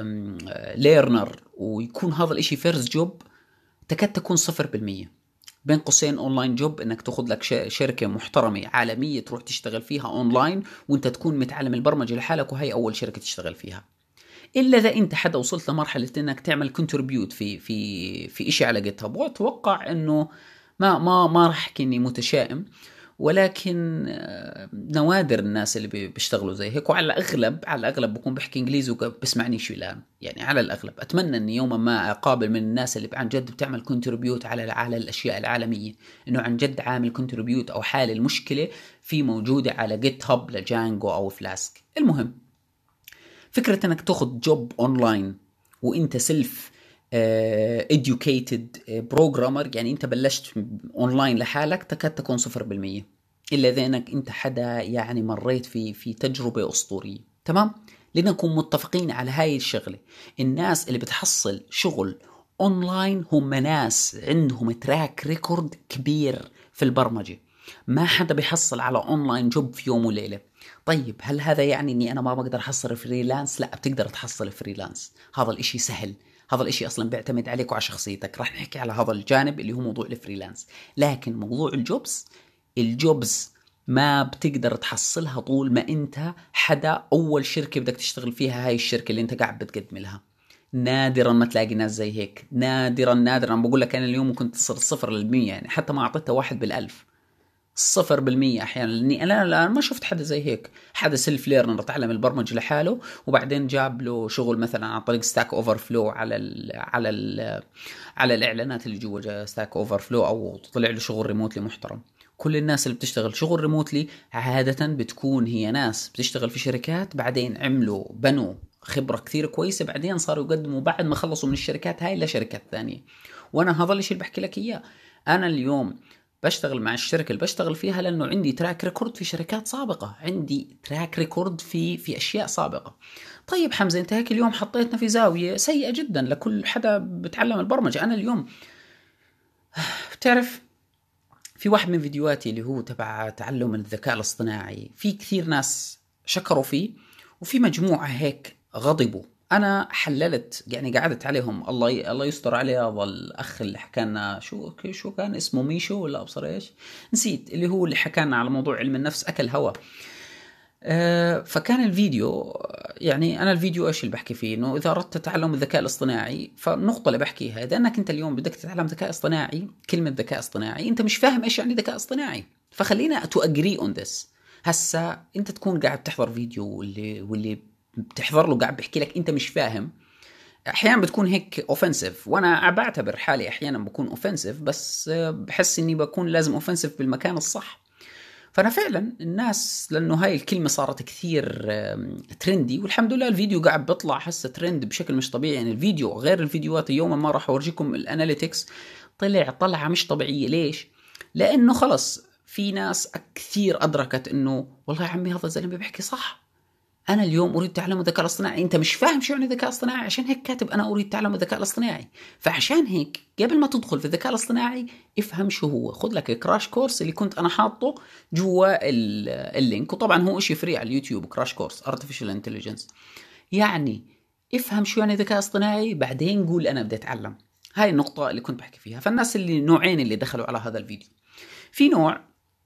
ليرنر، ويكون هذا الاشي فيرست جوب، تكاد تكون صفر بالمية. بين قوسين أونلاين جوب أنك تأخذ لك شركة محترمة عالمية تروح تشتغل فيها أونلاين، وأنت تكون متعلم البرمجة لحالك، وهي أول شركة تشتغل فيها. إلا إذا أنت حدا وصلت لمرحلة أنك تعمل كونتريبيوت في في في إشي على جيت هاب. وأتوقع أنه ما ما ما راح احكي اني متشائم، ولكن نوادر الناس اللي بيشتغلوا زي هيك. وعلى الاغلب على الاغلب بكون بحكي انجليزي وبسمعني شو الان، يعني على الاغلب. اتمنى اني يوما ما اقابل من الناس اللي عن جد بتعمل كونتريبيوت على على الاشياء العالميه، انه عن جد عامل كونتريبيوت او حال المشكله في موجوده على جيت هاب لجانجو او فلاسك. المهم فكره انك تاخذ جوب اونلاين وانت سيلف educated programmer، يعني انت بلشت اونلاين لحالك، تكاد تكون صفر بالمية. الا اذا انك انت حدا يعني مريت في في تجربة اسطورية. تمام. لنكون متفقين على هاي الشغلة. الناس اللي بتحصل شغل اونلاين هم ناس عندهم تراك ريكورد كبير في البرمجة. ما حدا بيحصل على اونلاين جوب في يوم وليلة. طيب هل هذا يعني اني انا ما بقدر احصل فريلانس؟ لا، بتقدر تحصل فريلانس. هذا الاشي سهل، هذا الاشي اصلا بيعتمد عليك وعلى شخصيتك. راح نحكي على هذا الجانب اللي هو موضوع الفريلانس. لكن موضوع الجوبز، الجوبز ما بتقدر تحصلها طول ما انت حدا اول شركة بدك تشتغل فيها هاي الشركة اللي انت قاعد بتقدم لها. نادرا ما تلاقي ناس زي هيك، نادرا نادرا. بقول لك انا اليوم ممكن تصير صفر للمية، يعني حتى ما اعطيتها واحد بالالف، صفر بالمية أحيانا. لأني أنا الآن ما شفت حدا زي هيك، حدا سيلف ليرنر تعلم البرمجة لحاله، وبعدين جاب له شغل مثلا عن طريق ستاك أوفر فلو على ال على ال على الإعلانات اللي جوا ستاك أوفر فلو، أو طلع له شغل ريموتلي محترم. كل الناس اللي بتشتغل شغل ريموتلي عادة بتكون هي ناس بتشتغل في شركات، بعدين عملوا بنوا خبرة كثير كويسة، بعدين صاروا يقدموا بعد ما خلصوا من الشركات هاي لشركات ثانية. وأنا هذا الشيء اللي بحكي لك إياه. أنا اليوم بشتغل مع الشركة اللي بشتغل فيها لأنه عندي تراك ريكورد في شركات سابقة، عندي تراك ريكورد في في أشياء سابقة. طيب حمزة أنت هيك اليوم حطيتنا في زاوية سيئة جدا لكل حدا بتعلم البرمجة. أنا اليوم بتعرف في واحد من فيديوهاتي اللي هو تبع تعلم الذكاء الاصطناعي، في كثير ناس شكروا فيه، وفي مجموعة هيك غضبوا. أنا حللت يعني قعدت عليهم، الله ي... الله يستر عليه هذا الأخ اللي حكى لنا، شو شو كان اسمه، ميشو ولا أبصر إيش نسيت، اللي هو اللي حكى لنا على موضوع علم النفس، أكل هوا. أه فكان الفيديو، يعني أنا الفيديو إيش اللي بحكي فيه، إنه إذا أردت تعلم الذكاء الاصطناعي، فالنقطة اللي بحكيها إذا أنك أنت اليوم بدك تتعلم ذكاء اصطناعي، كلمة ذكاء اصطناعي أنت مش فاهم إيش يعني ذكاء اصطناعي، فخلينا to agree on this. هسا أنت تكون قاعد تحضر فيديو واللي واللي بتحضر له قاعد بحكي لك أنت مش فاهم، أحيانا بتكون هيك أوفنسيف، وأنا بعتبر حالي أحيانا بكون أوفنسيف، بس بحس إني بكون لازم أوفنسيف بالمكان الصح. فأنا فعلا الناس، لأنه هاي الكلمة صارت كثير ترندي، والحمد لله الفيديو قاعد بيطلع هسه ترند بشكل مش طبيعي. يعني الفيديو غير الفيديوهات، يوما ما راح أورجيكم الأناليتكس، طلع طلعة مش طبيعية. ليش؟ لأنه خلص في ناس كثير أدركت إنه والله يا عمي هذا الزلمة بيحكي صح، أنا اليوم أريد تعلم الذكاء الاصطناعي. أنت مش فاهم شو يعني الذكاء الاصطناعي، عشان هيك كاتب أنا أريد تعلم الذكاء الاصطناعي. فعشان هيك قبل ما تدخل في الذكاء الاصطناعي افهم شو هو، خذ لك كراش كورس اللي كنت أنا حاطه جوا اللينك، وطبعا هو إشي فري على اليوتيوب، كراش كورس Artificial Intelligence. يعني افهم شو يعني ذكاء اصطناعي، بعدين قول أنا بدي أتعلم. هاي النقطة اللي كنت بحكي فيها. فالناس اللي نوعين اللي دخلوا على هذا الفيديو، في نوع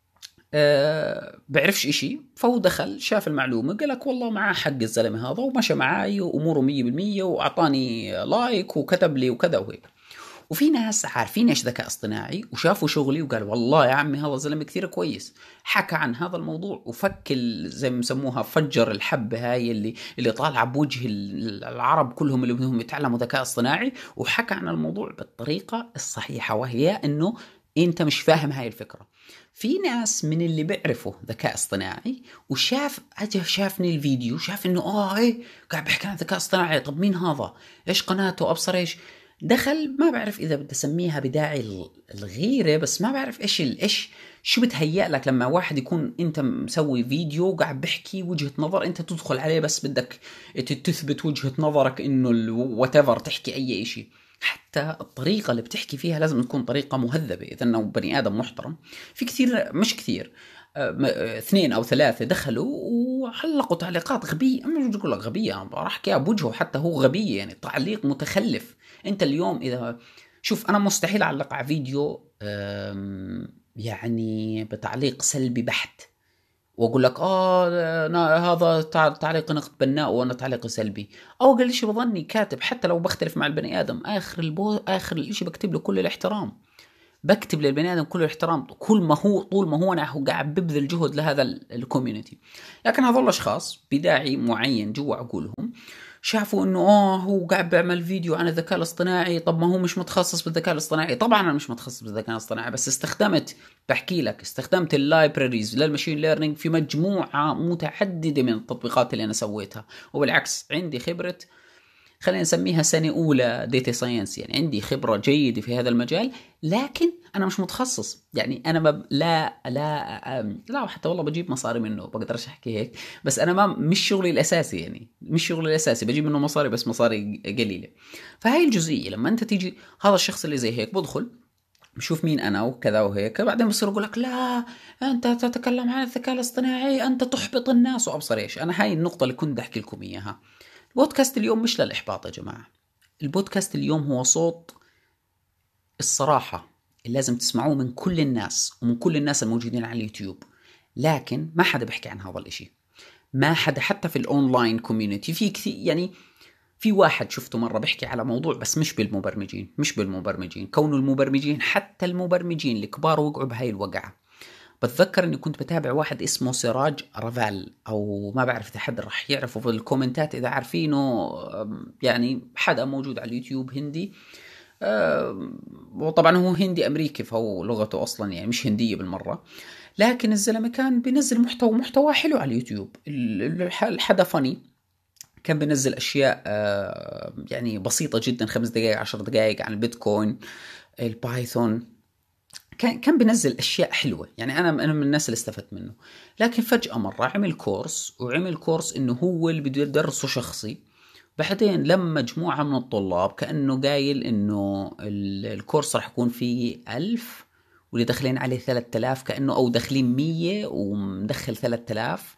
أه بعرفش إشي، فهو دخل شاف المعلومة قال لك والله معاه حق الزلمة هذا، ومشى معاي وأموره مية بالمية وأعطاني لايك وكتب لي وكذا وهيك. وفي ناس عارفين إيش ذكاء اصطناعي وشافوا شغلي وقال والله يا عمي هذا الزلمة كثير كويس، حكى عن هذا الموضوع وفك زي ما يسموها فجر الحبة هاي اللي اللي طالعة بوجه العرب كلهم اللي بدهم يتعلموا ذكاء اصطناعي، وحكى عن الموضوع بالطريقة الصحيحة، وهي إنه أنت مش فاهم هاي الفكرة. في ناس من اللي بيعرفوا ذكاء اصطناعي وشاف اجى شافني الفيديو، شاف انه اه ايه قاعد بحكي عن ذكاء اصطناعي، طب مين هذا، ايش قناته، ابصر ايش، دخل ما بعرف اذا بدي اسميها بداعي الغيره، بس ما بعرف ايش ايش شو بتهيأ لك لما واحد يكون انت مسوي فيديو قاعد بحكي وجهة نظر، انت تدخل عليه بس بدك تثبت وجهة نظرك انه واتيفر تحكي اي اشي. حتى الطريقة اللي بتحكي فيها لازم تكون طريقة مهذبة، إذا أنه بني آدم محترم. في كثير، مش كثير، اثنين أو ثلاثة دخلوا وعلقوا تعليقات غبية، مش بقول لك غبية، أنا راح أحكيها بوجهه، حتى هو غبية، يعني تعليق متخلف. أنت اليوم إذا شوف، أنا مستحيل أعلق على فيديو يعني بتعليق سلبي بحت واقول لك اه هذا تعليق نقد بناء وانا تعليق سلبي، او اقل شيء بظني كاتب، حتى لو بختلف مع البني ادم، اخر البو اخر الاشي بكتب له كل الاحترام، بكتب للبني ادم كل الاحترام، كل ما هو طول ما هو انا هو قاعد ببذل جهد لهذا الكوميونتي. لكن هذول الاشخاص بداعي معين جوا عقولهم شافوا انه اه هو قاعد بيعمل فيديو عن الذكاء الاصطناعي، طب ما هو مش متخصص بالذكاء الاصطناعي. طبعا انا مش متخصص بالذكاء الاصطناعي، بس استخدمت، بحكي لك استخدمت اللايبراريز للماشين ليرنينج في مجموعة متعددة من التطبيقات اللي انا سويتها، وبالعكس عندي خبرة، خلينا نسميها سنة أولى ديتا ساينس، يعني عندي خبرة جيدة في هذا المجال، لكن أنا مش متخصص. يعني أنا ما لا لا لا حتى والله بجيب مصاري منه، بقدرش أحكي هيك، بس أنا ما مش شغلي الأساسي، يعني مش شغلي الأساسي، بجيب منه مصاري بس مصاري قليلة. فهاي الجزئية لما أنت تيجي هذا الشخص اللي زي هيك بدخل بشوف مين أنا وكذا وهيك، بعدين بصير أقول لك لا أنت تتكلم عن الذكاء الاصطناعي، أنت تحبط الناس وأبصر إيش. أنا هاي النقطة اللي كنت أحكي لكم إياها. البودكاست اليوم مش للإحباط يا جماعة، البودكاست اليوم هو صوت الصراحة اللي لازم تسمعوه من كل الناس ومن كل الناس الموجودين على اليوتيوب، لكن ما حدا بيحكي عن هذا الاشي، ما حدا حتى في الأونلاين كوميونيتي. في كثير، يعني في واحد شفته مرة بيحكي على موضوع، بس مش بالمبرمجين، مش بالمبرمجين، كونوا المبرمجين حتى المبرمجين الكبار وقعوا بهاي الوقعة. بتذكر اني كنت بتابع واحد اسمه سراج رافال، او ما بعرف اذا حد رح يعرفه في الكومنتات اذا عارفينه، يعني حدا موجود على اليوتيوب هندي، وطبعا هو هندي امريكي فهو لغته اصلا يعني مش هندية بالمرة، لكن الزلمة كان بينزل محتوى محتوى حلو على اليوتيوب. الحدا فني، كان بينزل اشياء يعني بسيطة جدا، خمس دقائق عشر دقائق عن البيتكوين، البايثون، كان كان بينزل اشياء حلوه، يعني انا انا من الناس اللي استفدت منه. لكن فجاه مره عمل كورس، وعمل كورس انه هو اللي بده يدرسه شخصي، بعدين لما مجموعه من الطلاب كانه قايل انه الكورس راح يكون فيه ألف واللي داخلين عليه ثلاثة آلاف، كانه او داخلين مية ومدخل ثلاثة آلاف،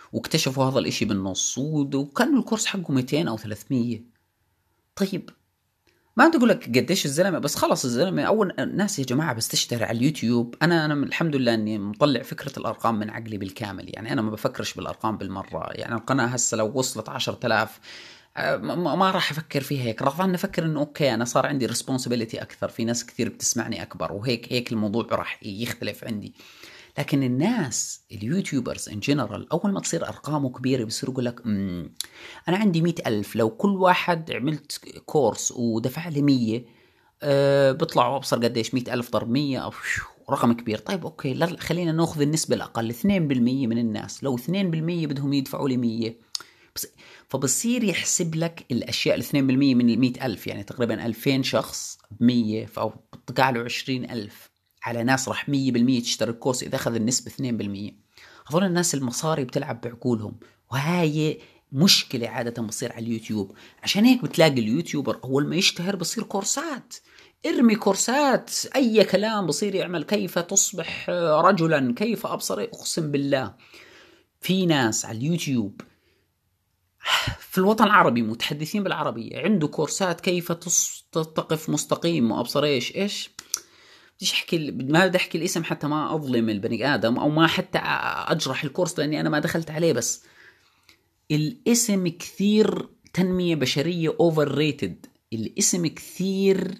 واكتشفوا هذا الاشي بالنص، وكان الكورس حقه مئتين او ثلاثمية. طيب ما بدي اقول لك قديش الزلمه، بس خلص الزلمه اول ناس يا جماعه بس تشتهر على اليوتيوب. انا انا الحمد لله اني مطلع فكره الارقام من عقلي بالكامل، يعني انا ما بفكرش بالارقام بالمره. يعني القناه هسه لو وصلت عشرة آلاف ما, ما راح افكر فيها هيك، راح ظن افكر انه اوكي انا صار عندي ريسبونسبيلتي اكثر، في ناس كثير بتسمعني اكبر، وهيك هيك الموضوع راح يختلف عندي. لكن الناس اليوتيوبرز ان جنرال اول ما تصير ارقامه كبيره بيصير يقول لك انا عندي مئة ألف، لو كل واحد عملت كورس ودفع لي مية أه بيطلعوا ابصر قديش مئة ألف ضرب مية أو رقم كبير. طيب اوكي لا خلينا ناخذ النسبه الاقل، اثنين بالمية من الناس، لو اثنين بالمية بدهم يدفعوا لي مية، بس فبصير يحسب لك الاشياء ال اثنين بالمية من ال مئة ألف، يعني تقريبا ألفين شخص ب مية، فأو بتقع له عشرين ألف على ناس راح مية بالمية تشتري الكورس اذا اخذ النسبه اثنين بالمية. هذول الناس المصاري بتلعب بعقولهم، وهاي مشكلة عادة بتصير على اليوتيوب. عشان هيك بتلاقي اليوتيوبر أول ما يشتهر بصير كورسات، ارمي كورسات أي كلام بصير يعمل، كيف تصبح رجلا، كيف أبصر. أقسم بالله في ناس على اليوتيوب في الوطن العربي متحدثين بالعربية عنده كورسات كيف تقف مستقيم وأبصر إيش إيش بديش احكي، ما بدي احكي الاسم حتى ما اظلم البني ادم او ما حتى اجرح الكورس لاني انا ما دخلت عليه، بس الاسم كثير تنمية بشرية اوفر ريتد. الاسم كثير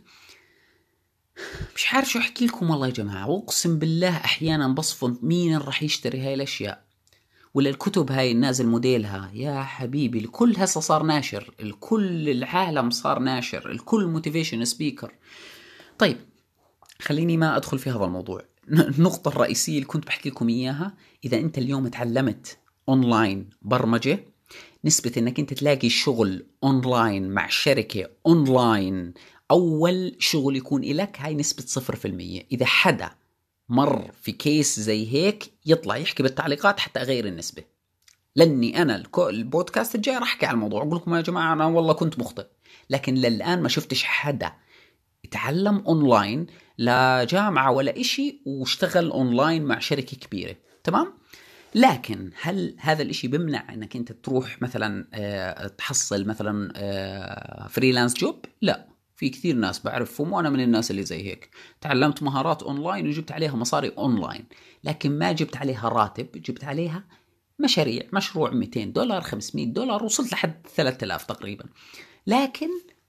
مش عارف شو احكي لكم والله يا جماعة. واقسم بالله احيانا بصفن مين راح يشتري هاي الاشياء، ولا الكتب هاي النازل موديلها يا حبيبي. الكل هسه صار ناشر، الكل العالم صار ناشر، الكل موتيفيشن سبيكر. طيب خليني ما أدخل في هذا الموضوع. النقطة الرئيسية اللي كنت بحكي لكم إياها، إذا أنت اليوم تعلمت أونلاين برمجة، نسبة إنك أنت تلاقي شغل أونلاين مع شركة أونلاين أول شغل يكون إلك، هاي نسبة صفر في المية. إذا حدا مر في كيس زي هيك يطلع يحكي بالتعليقات حتى أغير النسبة، لأني أنا البودكاست الجاي راح أحكي على الموضوع، أقول لكم يا جماعة أنا والله كنت مخطئ. لكن للآن ما شفتش حدا يتعلم أونلاين لا جامعة ولا إشي واشتغل أونلاين مع شركة كبيرة. تمام. لكن هل هذا الإشي بمنع أنك أنت تروح مثلا أه تحصل مثلا أه فريلانس جوب؟ لا، في كثير ناس بعرفهم وأنا من الناس اللي زي هيك، تعلمت مهارات أونلاين وجبت عليها مصاري أونلاين، لكن ما جبت عليها راتب، جبت عليها مشاريع، مشروع مئتين دولار خمسمية دولار وصلت لحد ثلاثة آلاف تقريبا، لكن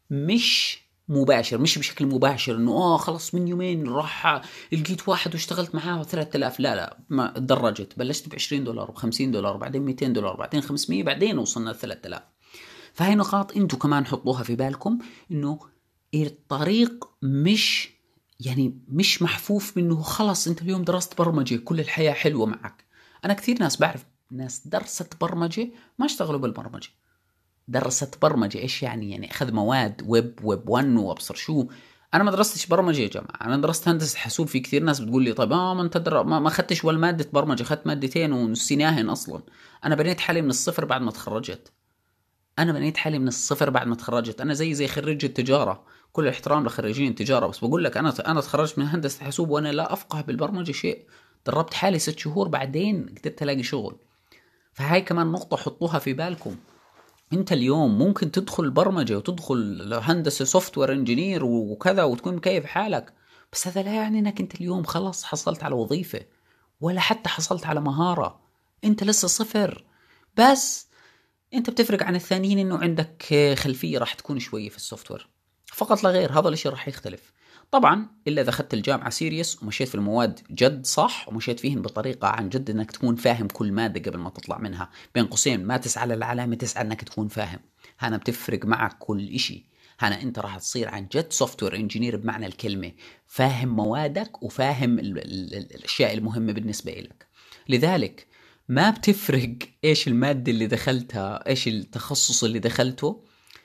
مش مباشر، مش بشكل مباشر انه اه خلص من يومين راح لقيت واحد واشتغلت معاه ثلاثة آلاف. لا لا، ما تدرجت، بلشت ب عشرين دولار و50 دولار بعدين مئتين دولار بعدين خمسمية بعدين وصلنا ل ثلاثة آلاف. فهي نقاط انتم كمان حطوها في بالكم، انه الطريق مش يعني مش محفوف منه خلص انت اليوم درست برمجة كل الحياة حلوة معك. انا كثير ناس بعرف ناس درست برمجة ما اشتغلوا بالبرمجة. درست برمجة إيش يعني؟ يعني أخذ مواد ويب ويب ون وأبصر شو. أنا ما درستش برمجة يا جماعة، أنا درست هندسة حاسوب. في كثير ناس بتقول لي طيب آه ما أنت در... ما ما أخذتش ولا مادة برمجة، أخذت مادتين ونسيناهن أصلا. أنا بنيت حالي من الصفر بعد ما تخرجت. أنا بنيت حالي من الصفر بعد ما تخرجت. أنا زي زي خريج التجارة، كل الاحترام لخريجين التجارة، بس بقول لك أنا أنا تخرجت من هندسة حاسوب وأنا لا أفقه بالبرمجة شيء. دربت حالي ست شهور بعدين قدرت ألاقي شغل. فهاي كمان نقطة حطوها في بالكم. انت اليوم ممكن تدخل برمجة وتدخل هندسة سوفت وير انجينير وكذا وتكون مكيف حالك، بس هذا لا يعني انك انت اليوم خلاص حصلت على وظيفة ولا حتى حصلت على مهارة. انت لسه صفر. بس انت بتفرق عن الثانيين انه عندك خلفية راح تكون شوية في السوفت وير فقط لا غير. هذا الاشي راح يختلف طبعا الا اذا اخذت الجامعة سيريس ومشيت في المواد جد صح ومشيت فيهن بطريقة عن جد انك تكون فاهم كل مادة قبل ما تطلع منها. بين قوسين ما تسعى للعلامة، تسعى انك تكون فاهم. هنا بتفرق معك كل اشي. هنا انت راح تصير عن جد سوفت وير انجينير بمعنى الكلمة، فاهم موادك وفاهم ال ال ال الاشياء المهمة بالنسبة لك. لذلك ما بتفرق ايش المادة اللي دخلتها، ايش التخصص اللي دخلته،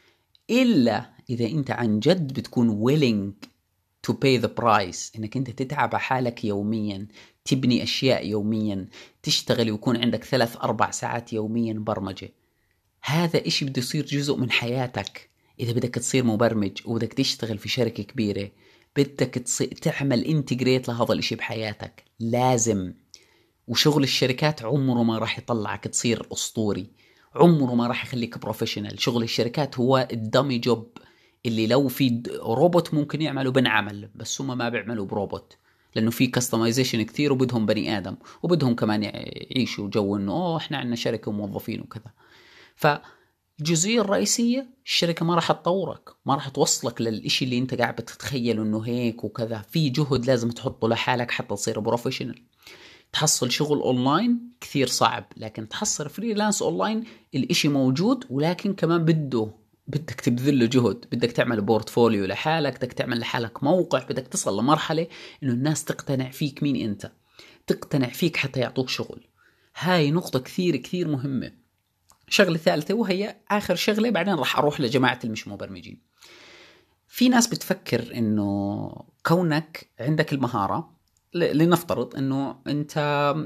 إلا إذا أنت عن جد بتكون willing to pay the price، إنك أنت تتعب حالك يوميا، تبني أشياء يوميا، تشتغل ويكون عندك ثلاث أربع ساعات يوميا برمجة. هذا إشي بده يصير جزء من حياتك. إذا بدك تصير مبرمج وبدك تشتغل في شركة كبيرة، بدك تعمل انتجريت لهذا الإشي بحياتك. لازم وشغل الشركات عمره ما راح يطلعك تصير أسطوري، عمره ما راح يخليك بروفيشنال. شغل الشركات هو الدامي جوب اللي لو في روبوت ممكن يعملوا بنعمل، بس هم ما بيعملوا بروبوت، لأنه في كاستمايزيشن كثير وبدهم بني آدم، وبدهم كمان يعيشوا جو إنه أوه إحنا عندنا شركة وموظفين وكذا. فالجزئية الرئيسية الشركة ما راح تطورك، ما راح توصلك للإشي اللي أنت قاعد بتتخيله إنه هيك وكذا. في جهد لازم تحطه لحالك حتى تصير بروفيشنال. تحصل شغل أونلاين كثير صعب، لكن تحصل فريلانس أونلاين الإشي موجود، ولكن كمان بده بدك تبذل له جهد، بدك تعمل بورتفوليو لحالك، بدك تعمل لحالك موقع، بدك تصل لمرحلة إنه الناس تقتنع فيك مين أنت، تقتنع فيك حتى يعطوك شغل. هاي نقطة كثير كثير مهمة. شغلة ثالثة وهي آخر شغلة، بعدين راح أروح لجماعة المش مبرمجين. في ناس بتفكر إنه كونك عندك المهارة، لنفترض إنه أنت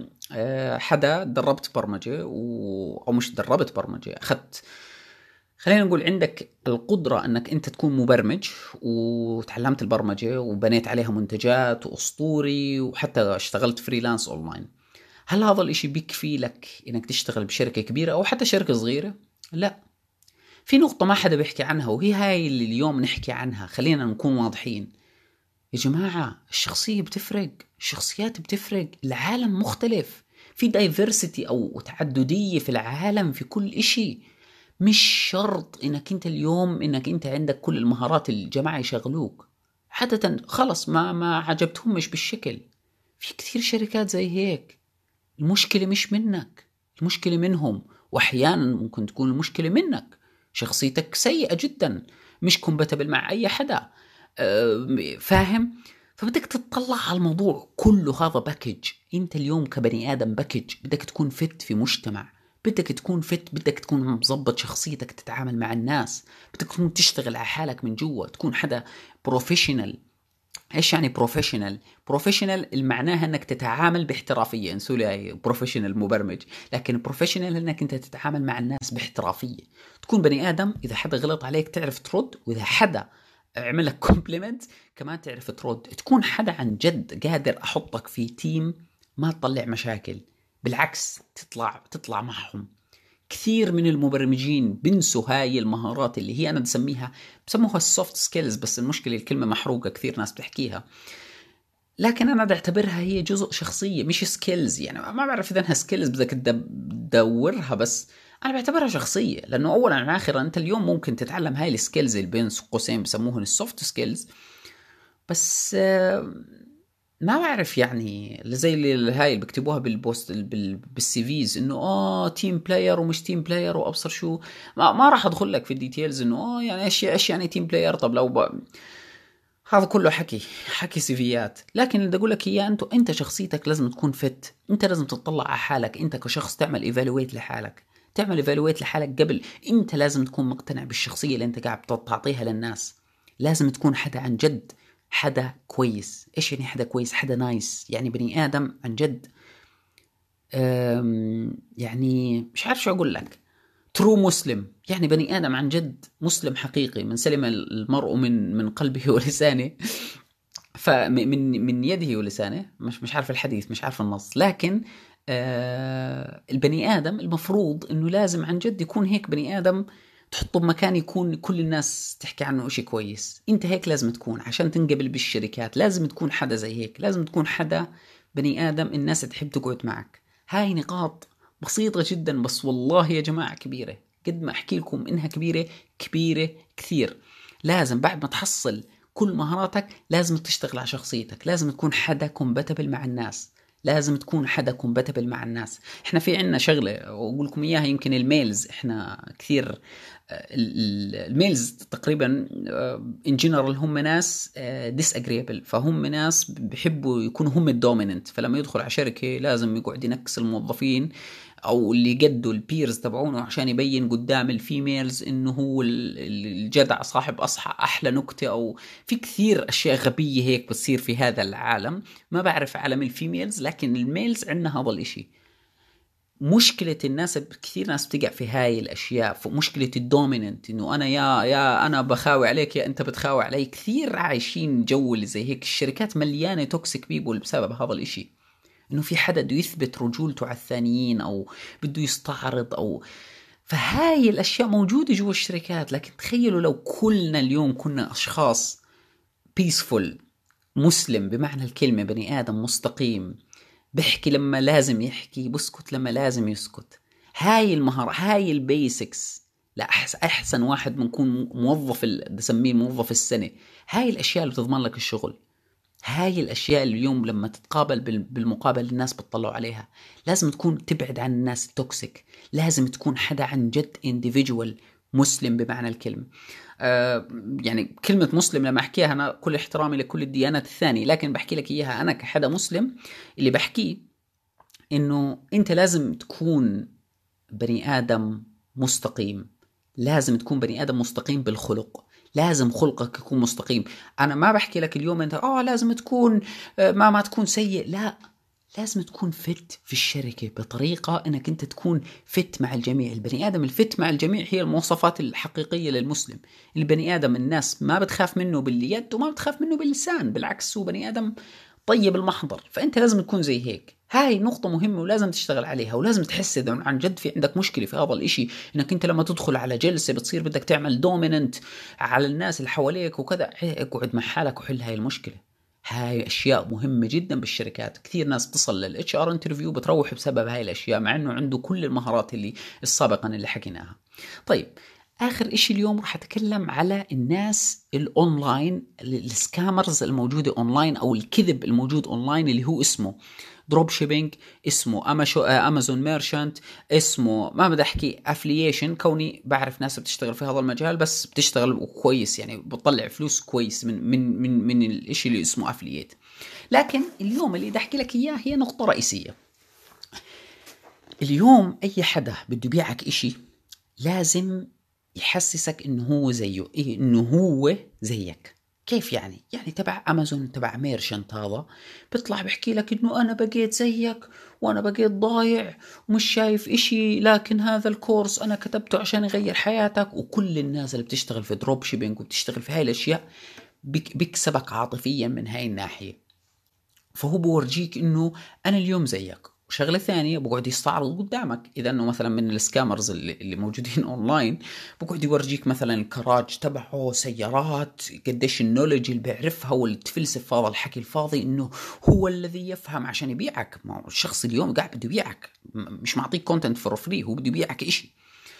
حدا دربت برمجة و... أو مش دربت برمجة، أخذت، خلينا نقول عندك القدرة أنك أنت تكون مبرمج وتعلمت البرمجة وبنيت عليها منتجات وأسطوري وحتى اشتغلت فريلانس أونلاين. هل هذا الاشي بيكفي لك انك تشتغل بشركة كبيرة او حتى شركة صغيرة؟ لا. في نقطة ما حدا بيحكي عنها، وهي هاي اللي اليوم نحكي عنها. خلينا نكون واضحين يا جماعة، الشخصية بتفرق، الشخصيات بتفرق، العالم مختلف، في دايفرسيتي او تعددية في العالم في كل اشي. مش شرط انك انت اليوم انك انت عندك كل المهارات اللي الجماعة يشغلوك. عادة خلص ما ما عجبتهمش بالشكل. في كثير شركات زي هيك. المشكلة مش منك، المشكلة منهم، واحيانا ممكن تكون المشكلة منك، شخصيتك سيئة جدا، مش كومباتبل مع اي حدا. أه فاهم؟ فبدك تطلع على الموضوع كله. هذا باكج. انت اليوم كبني ادم باكج، بدك تكون فت في مجتمع، بدك تكون فت، بدك تكون مظبط شخصيتك تتعامل مع الناس، بدك تكون تشتغل على حالك من جوا، تكون حدا بروفيشنال. ايش يعني بروفيشنال؟ بروفيشنال المعناها انك تتعامل باحترافيه، انسوا لي بروفيشنال مبرمج، لكن بروفيشنال انك انت تتعامل مع الناس باحترافيه، تكون بني ادم اذا حدا غلط عليك تعرف ترد، واذا حدا عمل لك كومبليمنت كمان تعرف ترد، تكون حدا عن جد قادر احطك في تيم ما تطلع مشاكل، بالعكس تطلع تطلع معهم. كثير من المبرمجين بنسوا هاي المهارات اللي هي أنا بسميها بسموها السوفت سكيلز، بس المشكلة الكلمة محروقة، كثير ناس بتحكيها، لكن أنا بعتبرها هي جزء شخصية مش سكيلز. يعني ما بعرف إذا انها سكيلز بدك تدورها، بس أنا بعتبرها شخصية، لأنه أولا وآخرا أنت اليوم ممكن تتعلم هاي السكيلز اللي بين قوسين بسموهن السوفت سكيلز، بس ما بعرف يعني زي اللي هاي اللي بكتبوها بالبوست بالسي فيز انه اه تيم بلاير ومش تيم بلاير وابصر شو. ما, ما راح ادخل لك في الديتيلز انه اه يعني ايش ايش يعني تيم بلاير. طب لو ب... هذا كله حكي حكي سيفيات، لكن اللي اقول لك اياه انت انت شخصيتك لازم تكون فت. انت لازم تطلع على حالك انت كشخص، تعمل ايفالويت لحالك، تعمل ايفالويت لحالك قبل. انت لازم تكون مقتنع بالشخصية اللي انت قاعد تعطيها للناس. لازم تكون حدا عن جد، حدا كويس. ايش يعني حدا كويس؟ حدا نايس، يعني بني ادم عن جد. يعني مش عارف شو اقول لك، ترو مسلم، يعني بني ادم عن جد مسلم حقيقي، من سلم المرء من من قلبه ولسانه، فمن من يده ولسانه. مش مش عارف الحديث، مش عارف النص، لكن آه البني ادم المفروض انه لازم عن جد يكون هيك بني ادم، تحطه بمكان يكون كل الناس تحكي عنه إشي كويس. انت هيك لازم تكون عشان تنقبل بالشركات. لازم تكون حدا زي هيك، لازم تكون حدا بني آدم الناس تحب تقعد معك. هاي نقاط بسيطة جدا، بس والله يا جماعة كبيرة. قد ما أحكي لكم إنها كبيرة، كبيرة كثير. لازم بعد ما تحصل كل مهاراتك لازم تشتغل على شخصيتك، لازم تكون حدا كومباتبل مع الناس، لازم تكون حدا كومباتبل مع الناس. احنا في عنا شغلة واقول لكم اياها، يمكن الميلز احنا كثير الميلز تقريبا ان جنرال هم ناس ديس اجريبل، فهم ناس بيحبوا يكونوا هم الدوميننت، فلما يدخل على شركة لازم يقعد ينكس الموظفين او اللي قدوا البيرز تبعونه عشان يبين قدام الفيميلز انه هو الجدع صاحب اصحى احلى نكتة. او في كثير اشياء غبية هيك بتصير في هذا العالم. ما بعرف عالم الفيميلز، لكن الميلز عندنا هذا الاشي. مشكلة الناس كثير ناس بتقع في هاي الاشياء، مشكلة الدوميننت، انه انا يا يا انا بخاوي عليك يا انت بتخاوي علي. كثير عايشين جو اللي زي هيك. الشركات مليانة توكسيك بيبول بسبب هذا الاشي. إنه في حدا بده يثبت رجولته على الثانيين أو بده يستعرض أو فهاي الأشياء موجودة جوا الشركات. لكن تخيلوا لو كلنا اليوم كنا أشخاص peaceful، مسلم بمعنى الكلمة، بني آدم مستقيم، بحكي لما لازم يحكي، بسكت لما لازم يسكت. هاي المهارة، هاي البيسكس. لا أحسن, أحسن واحد بنكون موظف بسميه موظف السنة. هاي الأشياء اللي بتضمن لك الشغل. هاي الأشياء اللي اليوم لما تتقابل بالمقابل الناس بتطلعوا عليها. لازم تكون تبعد عن الناس التوكسيك، لازم تكون حدا عن جد individual مسلم بمعنى الكلمة. آه يعني كلمة مسلم لما أحكيها أنا كل احترامي لكل الديانات الثانية، لكن بحكي لك إياها أنا كحدا مسلم. اللي بحكيه إنه أنت لازم تكون بني آدم مستقيم، لازم تكون بني آدم مستقيم بالخلق، لازم خلقك يكون مستقيم. أنا ما بحكي لك اليوم أنت آه لازم تكون ما ما تكون سيء، لا، لازم تكون فت في الشركة بطريقة أنك أنت تكون فت مع الجميع. البني آدم الفت مع الجميع هي المواصفات الحقيقية للمسلم. البني آدم الناس ما بتخاف منه باليد وما بتخاف منه باللسان، بالعكس هو بني آدم طيب المحضر. فأنت لازم تكون زي هيك. هاي نقطة مهمة ولازم تشتغل عليها، ولازم تحس إذا عن جد في عندك مشكلة في هذا الإشي، إنك أنت لما تدخل على جلسة بتصير بدك تعمل دوميننت على الناس اللي حواليك وكذا. اقعد مع حالك وحل هاي المشكلة. هاي أشياء مهمة جدا بالشركات. كثير ناس بتصل للإتش آر انترفيو بتروح بسبب هاي الأشياء، مع إنه عنده كل المهارات اللي السابقا اللي حكيناها. طيب آخر إشي اليوم رح أتكلم على الناس الأونلاين، السكامرز الموجودة أونلاين أو الكذب الموجود أونلاين، اللي هو اسمه دروب شيبينج، اسمه أمازون ميرشنت، اسمه ما بدي أحكي أفلييشن، كوني بعرف ناس بتشتغل في هذا المجال بس بتشتغل كويس، يعني بتطلع فلوس كويس من من من من الإشي اللي اسمه أفلييت. لكن اليوم اللي بدي أحكي لك إياه هي نقطة رئيسية. اليوم أي حدا بده يبيعك إشي لازم يحسسك إنه هو زيه، إيه إنه هو زيك. كيف يعني؟ يعني تبع أمازون تبع ميرشنت هذا بيطلع بحكي لك إنه أنا بقيت زيك وأنا بقيت ضايع ومش شايف إشي، لكن هذا الكورس أنا كتبته عشان يغير حياتك. وكل الناس اللي بتشتغل في دروب شيبينج وبتشتغل في هاي الأشياء بيكسبك عاطفيا من هاي الناحية. فهو بورجيك إنه أنا اليوم زيك. وشغلة ثانية بقعد يستعرض قدامك، إذا أنه مثلا من السكامرز اللي, اللي موجودين أونلاين بقعد يورجيك مثلا الكراج تبعه، سيارات، قديش النولج اللي بيعرفها والتفلسف هذا الحكي الفاضي إنه هو الذي يفهم عشان يبيعك. ما الشخص اليوم قاعد بده يبيعك، مش معطيك كونتنت فور فري، هو بده يبيعك إشي.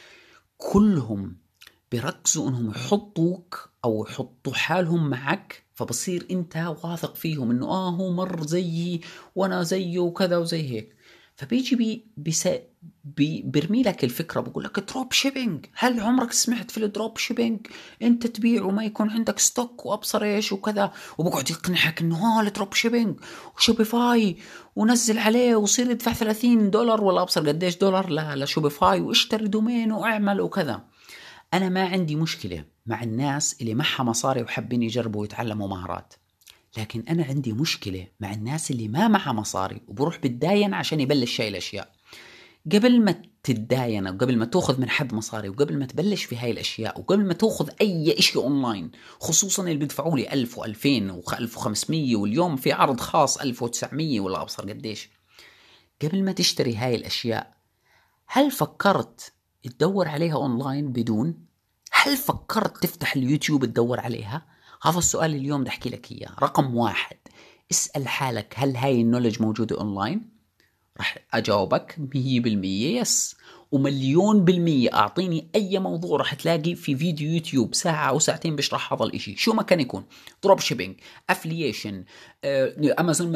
كلهم بيركزوا إنهم يحطوك أو يحطوا حالهم معك، فبصير انت واثق فيهم انه اه هو مر زيي وانا زيه وكذا وزي هيك. فبيجي بي بيسا بي برمي لك الفكرة، بقول لك دروب شيبينج، هل عمرك سمعت في الدروب شيبينج؟ انت تبيع وما يكون عندك ستوك وابصر ايش وكذا، وبقعد يقنعك انه ها الدروب شيبينج وشوبيفاي ونزل عليه وصير يدفع ثلاثين دولار ولا ابصر قديش دولار لا لشوبيفاي واشتري دومين واعمل وكذا. انا ما عندي مشكلة مع الناس اللي معها مصاري وحابين يجربوا ويتعلموا مهارات، لكن أنا عندي مشكلة مع الناس اللي ما معها مصاري وبروح بتداين عشان يبلش هاي الأشياء. قبل ما تتداين وقبل ما تأخذ من حد مصاري وقبل ما تبلش في هاي الأشياء وقبل ما تأخذ أي إشي أونلاين، خصوصا اللي بيدفعوا لي ألف وألفين وألف وخمسمية واليوم في عرض خاص ألف وتسعمية ولا أبصر قديش، قبل ما تشتري هاي الأشياء هل فكرت تدور عليها أونلاين بدون؟ هل فكرت تفتح اليوتيوب تدور عليها؟ هذا السؤال اليوم بدي أحكي لك إياه. رقم واحد، اسأل حالك هل هاي النولج موجودة أونلاين؟ رح أجاوبك مية بالمية يس، ومليون بالمية أعطيني أي موضوع رح تلاقي في فيديو يوتيوب ساعة أو ساعتين بيشرح هذا الإشي شو ما كان يكون. دروب شيبينج، أفلييشن، أمازون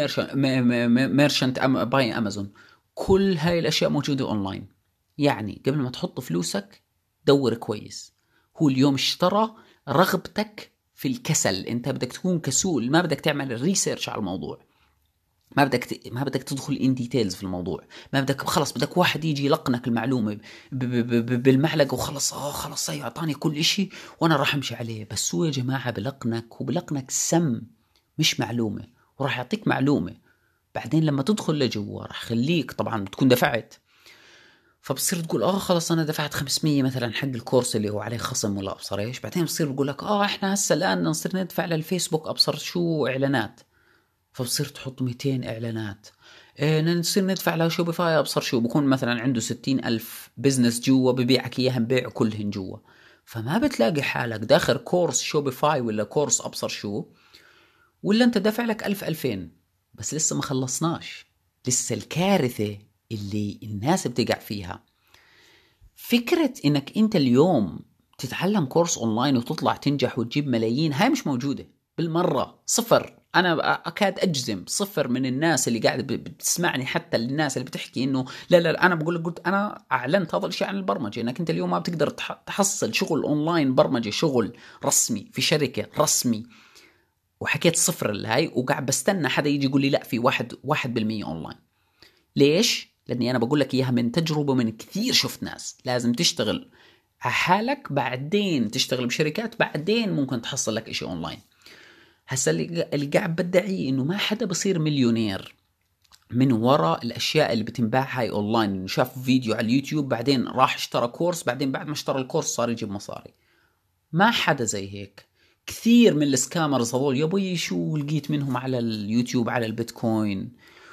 ميرشنت باي أمازون، كل هاي الأشياء موجودة أونلاين. يعني قبل ما تحط فلوسك دور كويس. هو اليوم اشترى رغبتك في الكسل، انت بدك تكون كسول، ما بدك تعمل ريسيرش على الموضوع، ما بدك ت... ما بدك تدخل ان ديتيلز في الموضوع، ما بدك خلص بدك واحد يجي يلقنك المعلومة ب... ب... ب... بالمعلقة وخلص اه خلص هي اعطاني كل اشي وانا راح امشي عليه. بس هو يا جماعة بلقنك وبلقنك سم مش معلومة، وراح يعطيك معلومة بعدين لما تدخل لجوا راح خليك طبعا بتكون دفعت، فبصير تقول اه خلص انا دفعت خمسمية مثلا حق الكورس اللي هو عليه خصم ولا ابصر ايش. بعدين بصير بقول لك اه احنا هسه الان نصير ندفع للفيسبوك ابصر شو اعلانات. فبصير تحط مئتين إعلانات. إيه نصير ندفع لها شوبيفاي أبصر شو بكون مثلا عنده ستين ألف بزنس جوا ببيعك إياهم بيع كلهن جوا. فما بتلاقي حالك داخل كورس شوبيفاي ولا كورس أبصر شو، ولا أنت دافع لك ألف ألفين. بس لسه ما خلصناش، لسه الكارثة اللي الناس بتقع فيها. فكرة إنك أنت اليوم تتعلم كورس أونلاين وتطلع تنجح وتجيب ملايين، هاي مش موجودة بالمرة، صفر. أنا أكاد أجزم صفر من الناس اللي قاعدة بتسمعني، حتى الناس اللي بتحكي إنه لا لا, لا أنا بقول لك، قلت أنا أعلنت هذا الشيء عن البرمجة، إنك أنت اليوم ما بتقدر تحصل شغل أونلاين برمجة، شغل رسمي في شركة رسمي، وحكيت صفر الهاي، وقاعد بستنى حدا يجي يقول لي لا في واحد واحد بالمية أونلاين. ليش؟ لأني أنا بقول لك إياها من تجربة، من كثير شفت ناس لازم تشتغل على حالك، بعدين تشتغل بشركات، بعدين ممكن تحصل لك إشي أونلاين. هسا اللي, اللي قاعد بدعي إنه ما حدا بصير مليونير من وراء الأشياء اللي بتنباع هاي أونلاين، إنه شاف فيديو على اليوتيوب بعدين راح اشترى كورس، بعدين بعد ما اشترى الكورس صار يجيب مصاري. ما حدا زي هيك. كثير من السكامرز هذول يا بي شو لقيت منهم على اليوتيوب على البيتكوين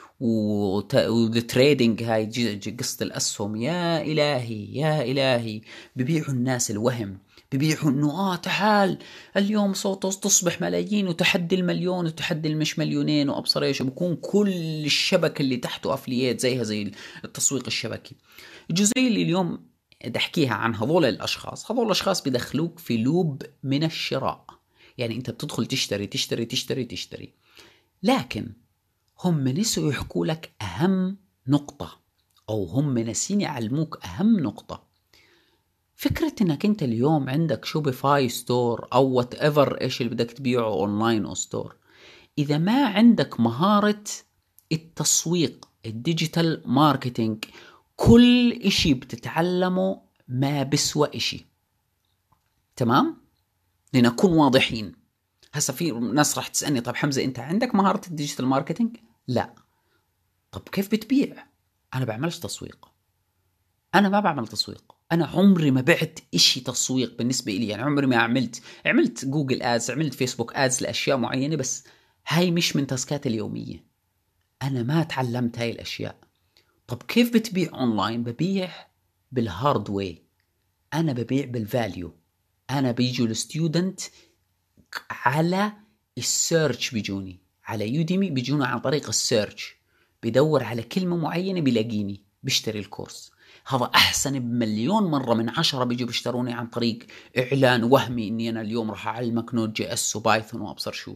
والتريدينج، هاي قصة الأسهم، يا إلهي يا إلهي، ببيعوا الناس الوهم، ببيعوا إنه آه تعال اليوم صوت تصبح ملايين، وتحدي المليون وتحدي المش مليونين وأبصر إيش، وبكون كل الشبكة اللي تحته أفليات زيها زي التسويق الشبكي. الجزئية اللي اليوم بدي أحكيها عن هذول الأشخاص، هذول الأشخاص بدخلوك في لوب من الشراء. يعني أنت بتدخل تشتري تشتري تشتري تشتري، لكن هم نسوا يحكوا لك أهم نقطة، أو هم نسين يعلموك أهم نقطة. فكرة إنك أنت اليوم عندك شوبيفاي ستور أو whatever إيش اللي بدك تبيعه أونلاين أو ستور، إذا ما عندك مهارة التسويق، الديجيتال ماركتينج، كل إشي بتتعلمه ما بسوى إشي. تمام؟ لنكون واضحين. هسا في ناس راح تسألني طب حمزة أنت عندك مهارة الديجيتال ماركتينج؟ لا. طب كيف بتبيع؟ أنا بعملش تسويق، أنا ما بعمل تسويق، أنا عمري ما بعت إشي تسويق بالنسبة إلي. يعني عمري ما عملت عملت جوجل آدز، عملت فيسبوك آدز لأشياء معينة، بس هاي مش من تاسكات اليومية، أنا ما تعلمت هاي الأشياء. طب كيف بتبيع أونلاين؟ ببيع بالهارد واي، أنا ببيع بالفاليو. أنا بيجوا الستودنت على السيرش، بيجوني على يوديمي، بيجونا عن طريق السيرش، بدور على كلمة معينة بيلاقيني بيشتري الكورس. هذا أحسن بمليون مرة من عشرة بيجوا بيشتروني عن طريق إعلان وهمي إني أنا اليوم راح أعلمك نوت جي اس وبايثون وأبصر شو.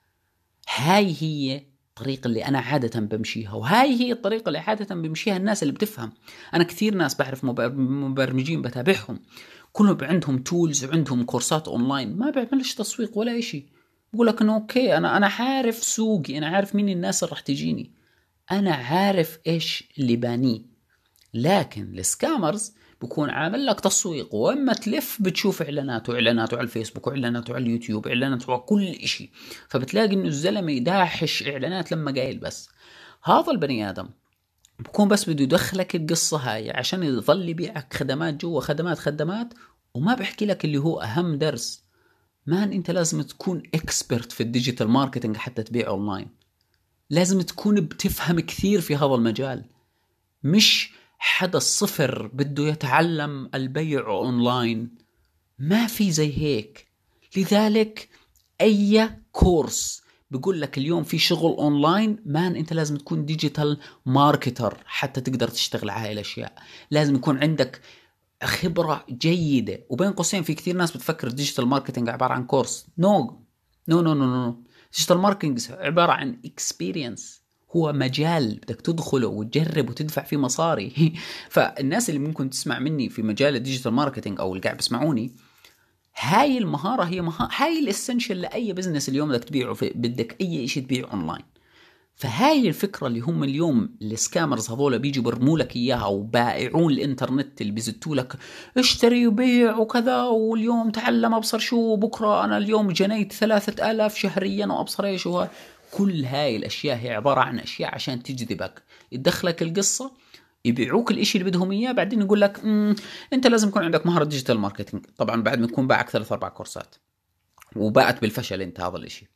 هاي هي الطريقة اللي أنا عادة بمشيها، وهاي هي الطريقة اللي عادة بمشيها الناس اللي بتفهم. أنا كثير ناس بعرف مبرمجين بتابعهم كلهم عندهم تولز وعندهم كورسات أونلاين، ما بيعملش تسويق ولا إشي. بقول لك إنه أوكي أنا أنا عارف سوقي، أنا عارف مين الناس اللي راح تجيني، أنا عارف إيش اللي بانيه. لكن السكامرز بكون عامل لك تسويق، وأما تلف بتشوف إعلاناته إعلاناته على الفيسبوك وإعلاناته على اليوتيوب إعلاناته على كل إشي، فبتلاقي إنه الزلمة يداحش إعلانات لما قايل. بس هذا البني آدم بكون بس بده يدخلك القصة هاي عشان يظل يبيعك خدمات جوا خدمات خدمات، وما بحكي لك اللي هو أهم درس. مان أنت لازم تكون إكسبرت في الديجيتال ماركتينج حتى تبيع أونلاين، لازم تكون بتفهم كثير في هذا المجال، مش حدا الصفر بده يتعلم البيع أونلاين. ما في زي هيك. لذلك أي كورس بيقول لك اليوم في شغل أونلاين، مان أنت لازم تكون ديجيتال ماركتر حتى تقدر تشتغل على هاي الأشياء، لازم يكون عندك خبرة جيدة. وبين قوسين في كثير ناس بتفكر ديجيتال ماركتينج عبارة عن كورس. نو نو نو نو نو ديجيتال ماركتينج عبارة عن اكسبيرينس، هو مجال بدك تدخله وتجرب وتدفع فيه مصاري. فالناس اللي ممكن تسمع مني في مجال الديجيتال ماركتينج أو اللي قاعد بسمعوني، هاي المهارة هي مهارة، هاي الاسنشل لأي بزنس اليوم بدك تبيعه، في بدك أي شيء تبيعه أونلاين. فهاي الفكرة اللي هم اليوم السكامرز هذول بيجوا برموا لك إياها، وبائعون الإنترنت اللي بيزتوا لك اشتري وبيع وكذا، واليوم تعلم أبصر شو، بكرة أنا اليوم جنيت ثلاثة آلاف شهريا وأبصر إيش. هو كل هاي الأشياء هي عبارة عن أشياء عشان تجذبك، يدخلك القصة، يبيعوك الاشي اللي بدهم اياه، بعدين يقول لك انت لازم يكون عندك مهارة ديجيتال ماركتينج. طبعا بعد ما يكون باعك ثلاث اربع كورسات وباعت بالفشل انت هذا الاشي.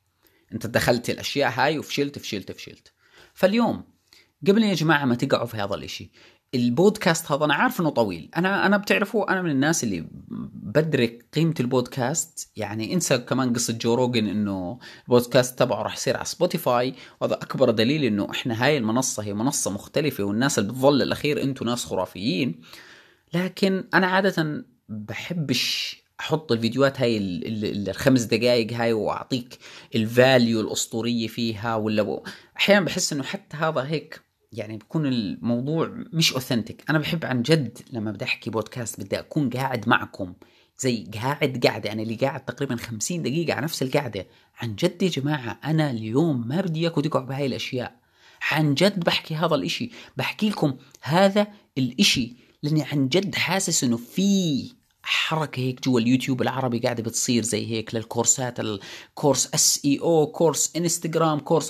انت دخلت الاشياء هاي وفشلت فشلت فشلت. فاليوم قبل يا جماعة ما تقعوا في هذا الاشي، البودكاست هذا انا عارف انه طويل، انا انا بتعرفوا انا من الناس اللي بدرك قيمة البودكاست. يعني انسى كمان قصة جو روجن انه البودكاست تبعه راح يصير على سبوتيفاي، وهذا اكبر دليل انه احنا هاي المنصة هي منصة مختلفة، والناس اللي بتظل الاخير انتوا ناس خرافيين. لكن انا عادة بحبش احط الفيديوهات هاي ال- ال- الخمس دقائق هاي واعطيك الفاليو الاسطورية فيها، ولا ب... احيانا بحس انه حتى هذا هيك يعني بيكون الموضوع مش اوثنتيك. انا بحب عن جد لما بدي احكي بودكاست بدي اكون قاعد معكم، زي قاعد قاعدة. انا اللي قاعد تقريبا خمسين دقيقة على نفس القعدة. عن جد يا جماعة انا اليوم ما بدي اياكم تقعوا بهاي الاشياء. عن جد بحكي هذا الاشي، بحكي لكم هذا الاشي لاني عن جد حاسس انه في حركة هيك جوا اليوتيوب العربي قاعدة بتصير زي هيك للكورسات، الكورس اس اي او، كورس انستغرام، كورس.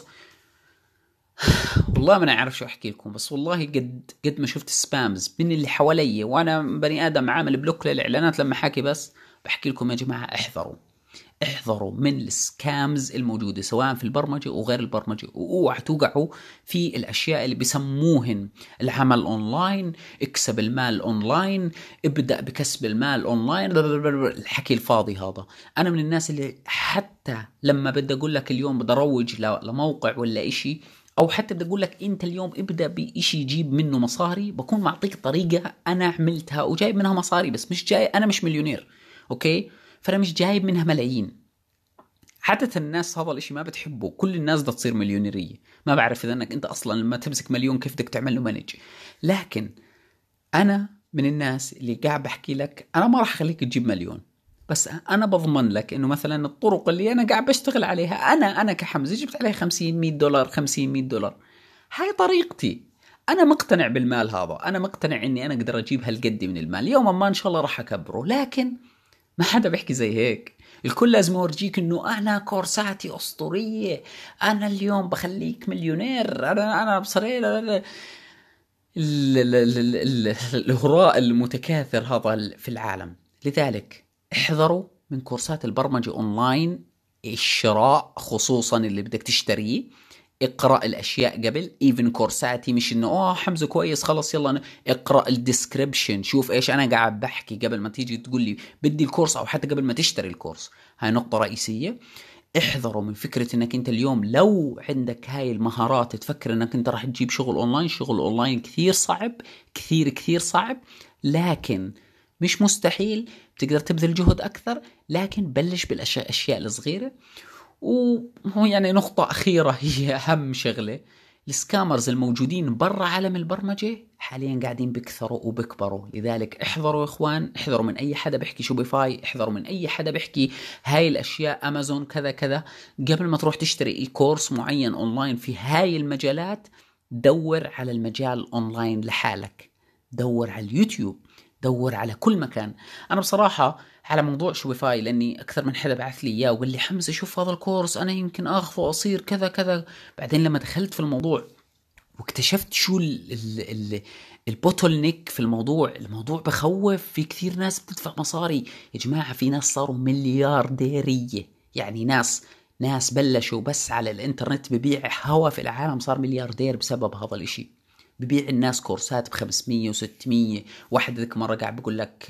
والله ما انا عارف شو احكي لكم، بس والله قد قد ما شفت سبامز من اللي حوالي، وانا بني ادم عامل بلوك للاعلانات لما حكي. بس بحكي لكم يا جماعة احذروا، احذروا من السكامز الموجودة سواء في البرمجة وغير البرمجة، واوعى توقعوا في الاشياء اللي بسموهن العمل اونلاين، اكسب المال اونلاين، ابدأ بكسب المال اونلاين، الحكي الفاضي هذا. انا من الناس اللي حتى لما بدي اقول لك اليوم بدي اروج لموقع ولا اشي، او حتى بدي اقول لك انت اليوم ابدأ باشي يجيب منه مصاري، بكون معطيك طريقة انا عملتها وجايب منها مصاري، بس مش جاي انا مش مليونير، اوكي؟ فانا مش جايب منها ملايين. حتى الناس هذا الاشي ما بتحبه، كل الناس بدها تصير مليونيرية. ما بعرف اذا انك انت اصلا لما تمسك مليون كيف بدك تعمل له مانج. لكن انا من الناس اللي قاعد بحكي لك انا ما راح اخليك تجيب مليون، بس انا بضمن لك انه مثلا الطرق اللي انا قاعد بشتغل عليها، انا انا كحمزة جبت عليها خمسين مية دولار، خمسين مية دولار. هاي طريقتي. انا مقتنع بالمال هذا، انا مقتنع اني انا اقدر اجيب هالقد من المال، يوما ما ان شاء الله راح اكبره. لكن ما حدا بيحكي زي هيك. الكل لازم يورجيك انه انا كورساتي اسطورية، انا اليوم بخليك مليونير، انا انا بصري الهراء المتكاثر هذا في العالم. لذلك احذروا من كورسات البرمجة اونلاين، الشراء خصوصا اللي بدك تشتريه. اقرأ الاشياء قبل. ايفن كورساتي مش انه اه حمزة كويس خلص يلا، اقرأ الديسكريبشن، شوف ايش انا قاعد بحكي قبل ما تيجي تقول لي بدي الكورس، او حتى قبل ما تشتري الكورس. هاي نقطة رئيسية. احذروا من فكرة انك انت اليوم لو عندك هاي المهارات تفكر انك انت راح تجيب شغل اونلاين. شغل اونلاين كثير صعب، كثير كثير صعب، لكن مش مستحيل. بتقدر تبذل جهد اكثر، لكن بلش بالاشياء الصغيرة. وهو يعني نقطة أخيرة هي أهم شغلة، السكامرز الموجودين برا عالم البرمجة حاليا قاعدين بيكثروا وبيكبروا. لذلك احذروا يا إخوان، احذروا من أي حدا بيحكي شوبيفاي، احذروا من أي حدا بيحكي هاي الأشياء أمازون كذا كذا. قبل ما تروح تشتري اي كورس معين أونلاين في هاي المجالات، دور على المجال أونلاين لحالك، دور على اليوتيوب، دور على كل مكان. أنا بصراحة على موضوع شوفاي، لاني اكثر من حدا بعث لي اياه وقال لي حمزة شوف هذا الكورس انا يمكن اخذه واصير كذا كذا. بعدين لما دخلت في الموضوع واكتشفت شو ال ال ال البوتل نيك في الموضوع، الموضوع بخوف. في كثير ناس بتدفع مصاري يا جماعة، في ناس صاروا مليارديرية. يعني ناس ناس بلشوا بس على الانترنت ببيع هوا في العالم، صار ملياردير بسبب هذا الاشي. ببيع الناس كورسات بخمسمية وستمية. واحد ذيك مرة قاعد بقول لك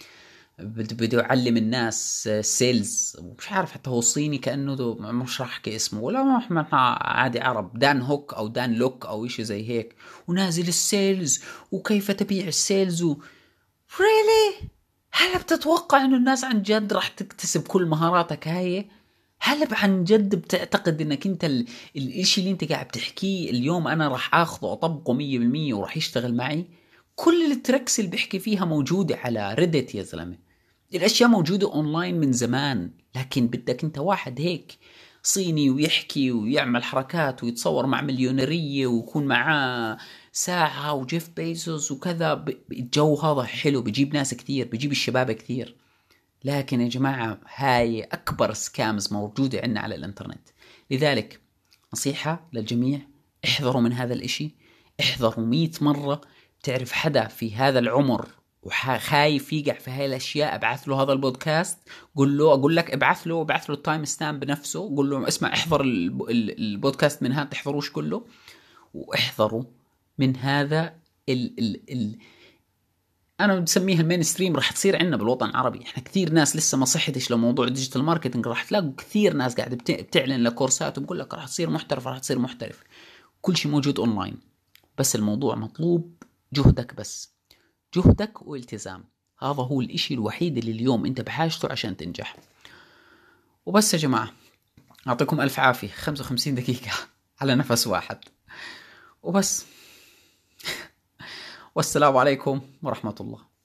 بده يعلم الناس سيلز، مش عارف حتى هو صيني كأنه مش راح احكي اسمه، ولا احنا عادي عرب، دان هوك او دان لوك او اشي زي هيك، ونازل السيلز وكيف تبيع السيلز و... ريلي؟ هل بتتوقع انه الناس عن جد راح تكتسب كل مهاراتك هاي؟ هل عن جد بتعتقد انك انت ال... الاشي اللي انت قاعد بتحكيه اليوم انا راح اخذه اطبقه مية بالمية وراح يشتغل معي؟ كل التركس اللي بيحكي فيها موجودة على ريدت يا زلمة. الاشياء موجودة اونلاين من زمان، لكن بدك انت واحد هيك صيني ويحكي ويعمل حركات ويتصور مع مليونيرية ويكون معاه ساعة وجيف بيزوس وكذا. الجو هذا حلو، بيجيب ناس كثير، بيجيب الشباب كثير. لكن يا جماعة هاي أكبر سكامز موجودة عندنا على الانترنت. لذلك نصيحة للجميع، احذروا من هذا الاشي، احذروا مئة مرة. تعرف حدا في هذا العمر وخايف يقع في هاي الاشياء، ابعث له هذا البودكاست، قل له اقول لك ابعث له ابعث له التايم ستامب بنفسه، قل له اسمع احضر البودكاست من هذا، تحضروش كله واحضروا من هذا ال ال ال انا بسميها المين ستريم. راح تصير عندنا بالوطن العربي، احنا كثير ناس لسه ما صحتش لموضوع الديجيتال ماركتنج، راح تلاقوا كثير ناس قاعده بتعلن لكورسات وبقول لك راح تصير محترف راح تصير محترف، كل شيء موجود اونلاين. بس الموضوع مطلوب جهدك، بس جهدك والتزام، هذا هو الاشي الوحيد اللي اليوم انت بحاجته عشان تنجح. وبس يا جماعة، اعطيكم الف عافية، خمسة وخمسين دقيقة على نفس واحد وبس. والسلام عليكم ورحمة الله.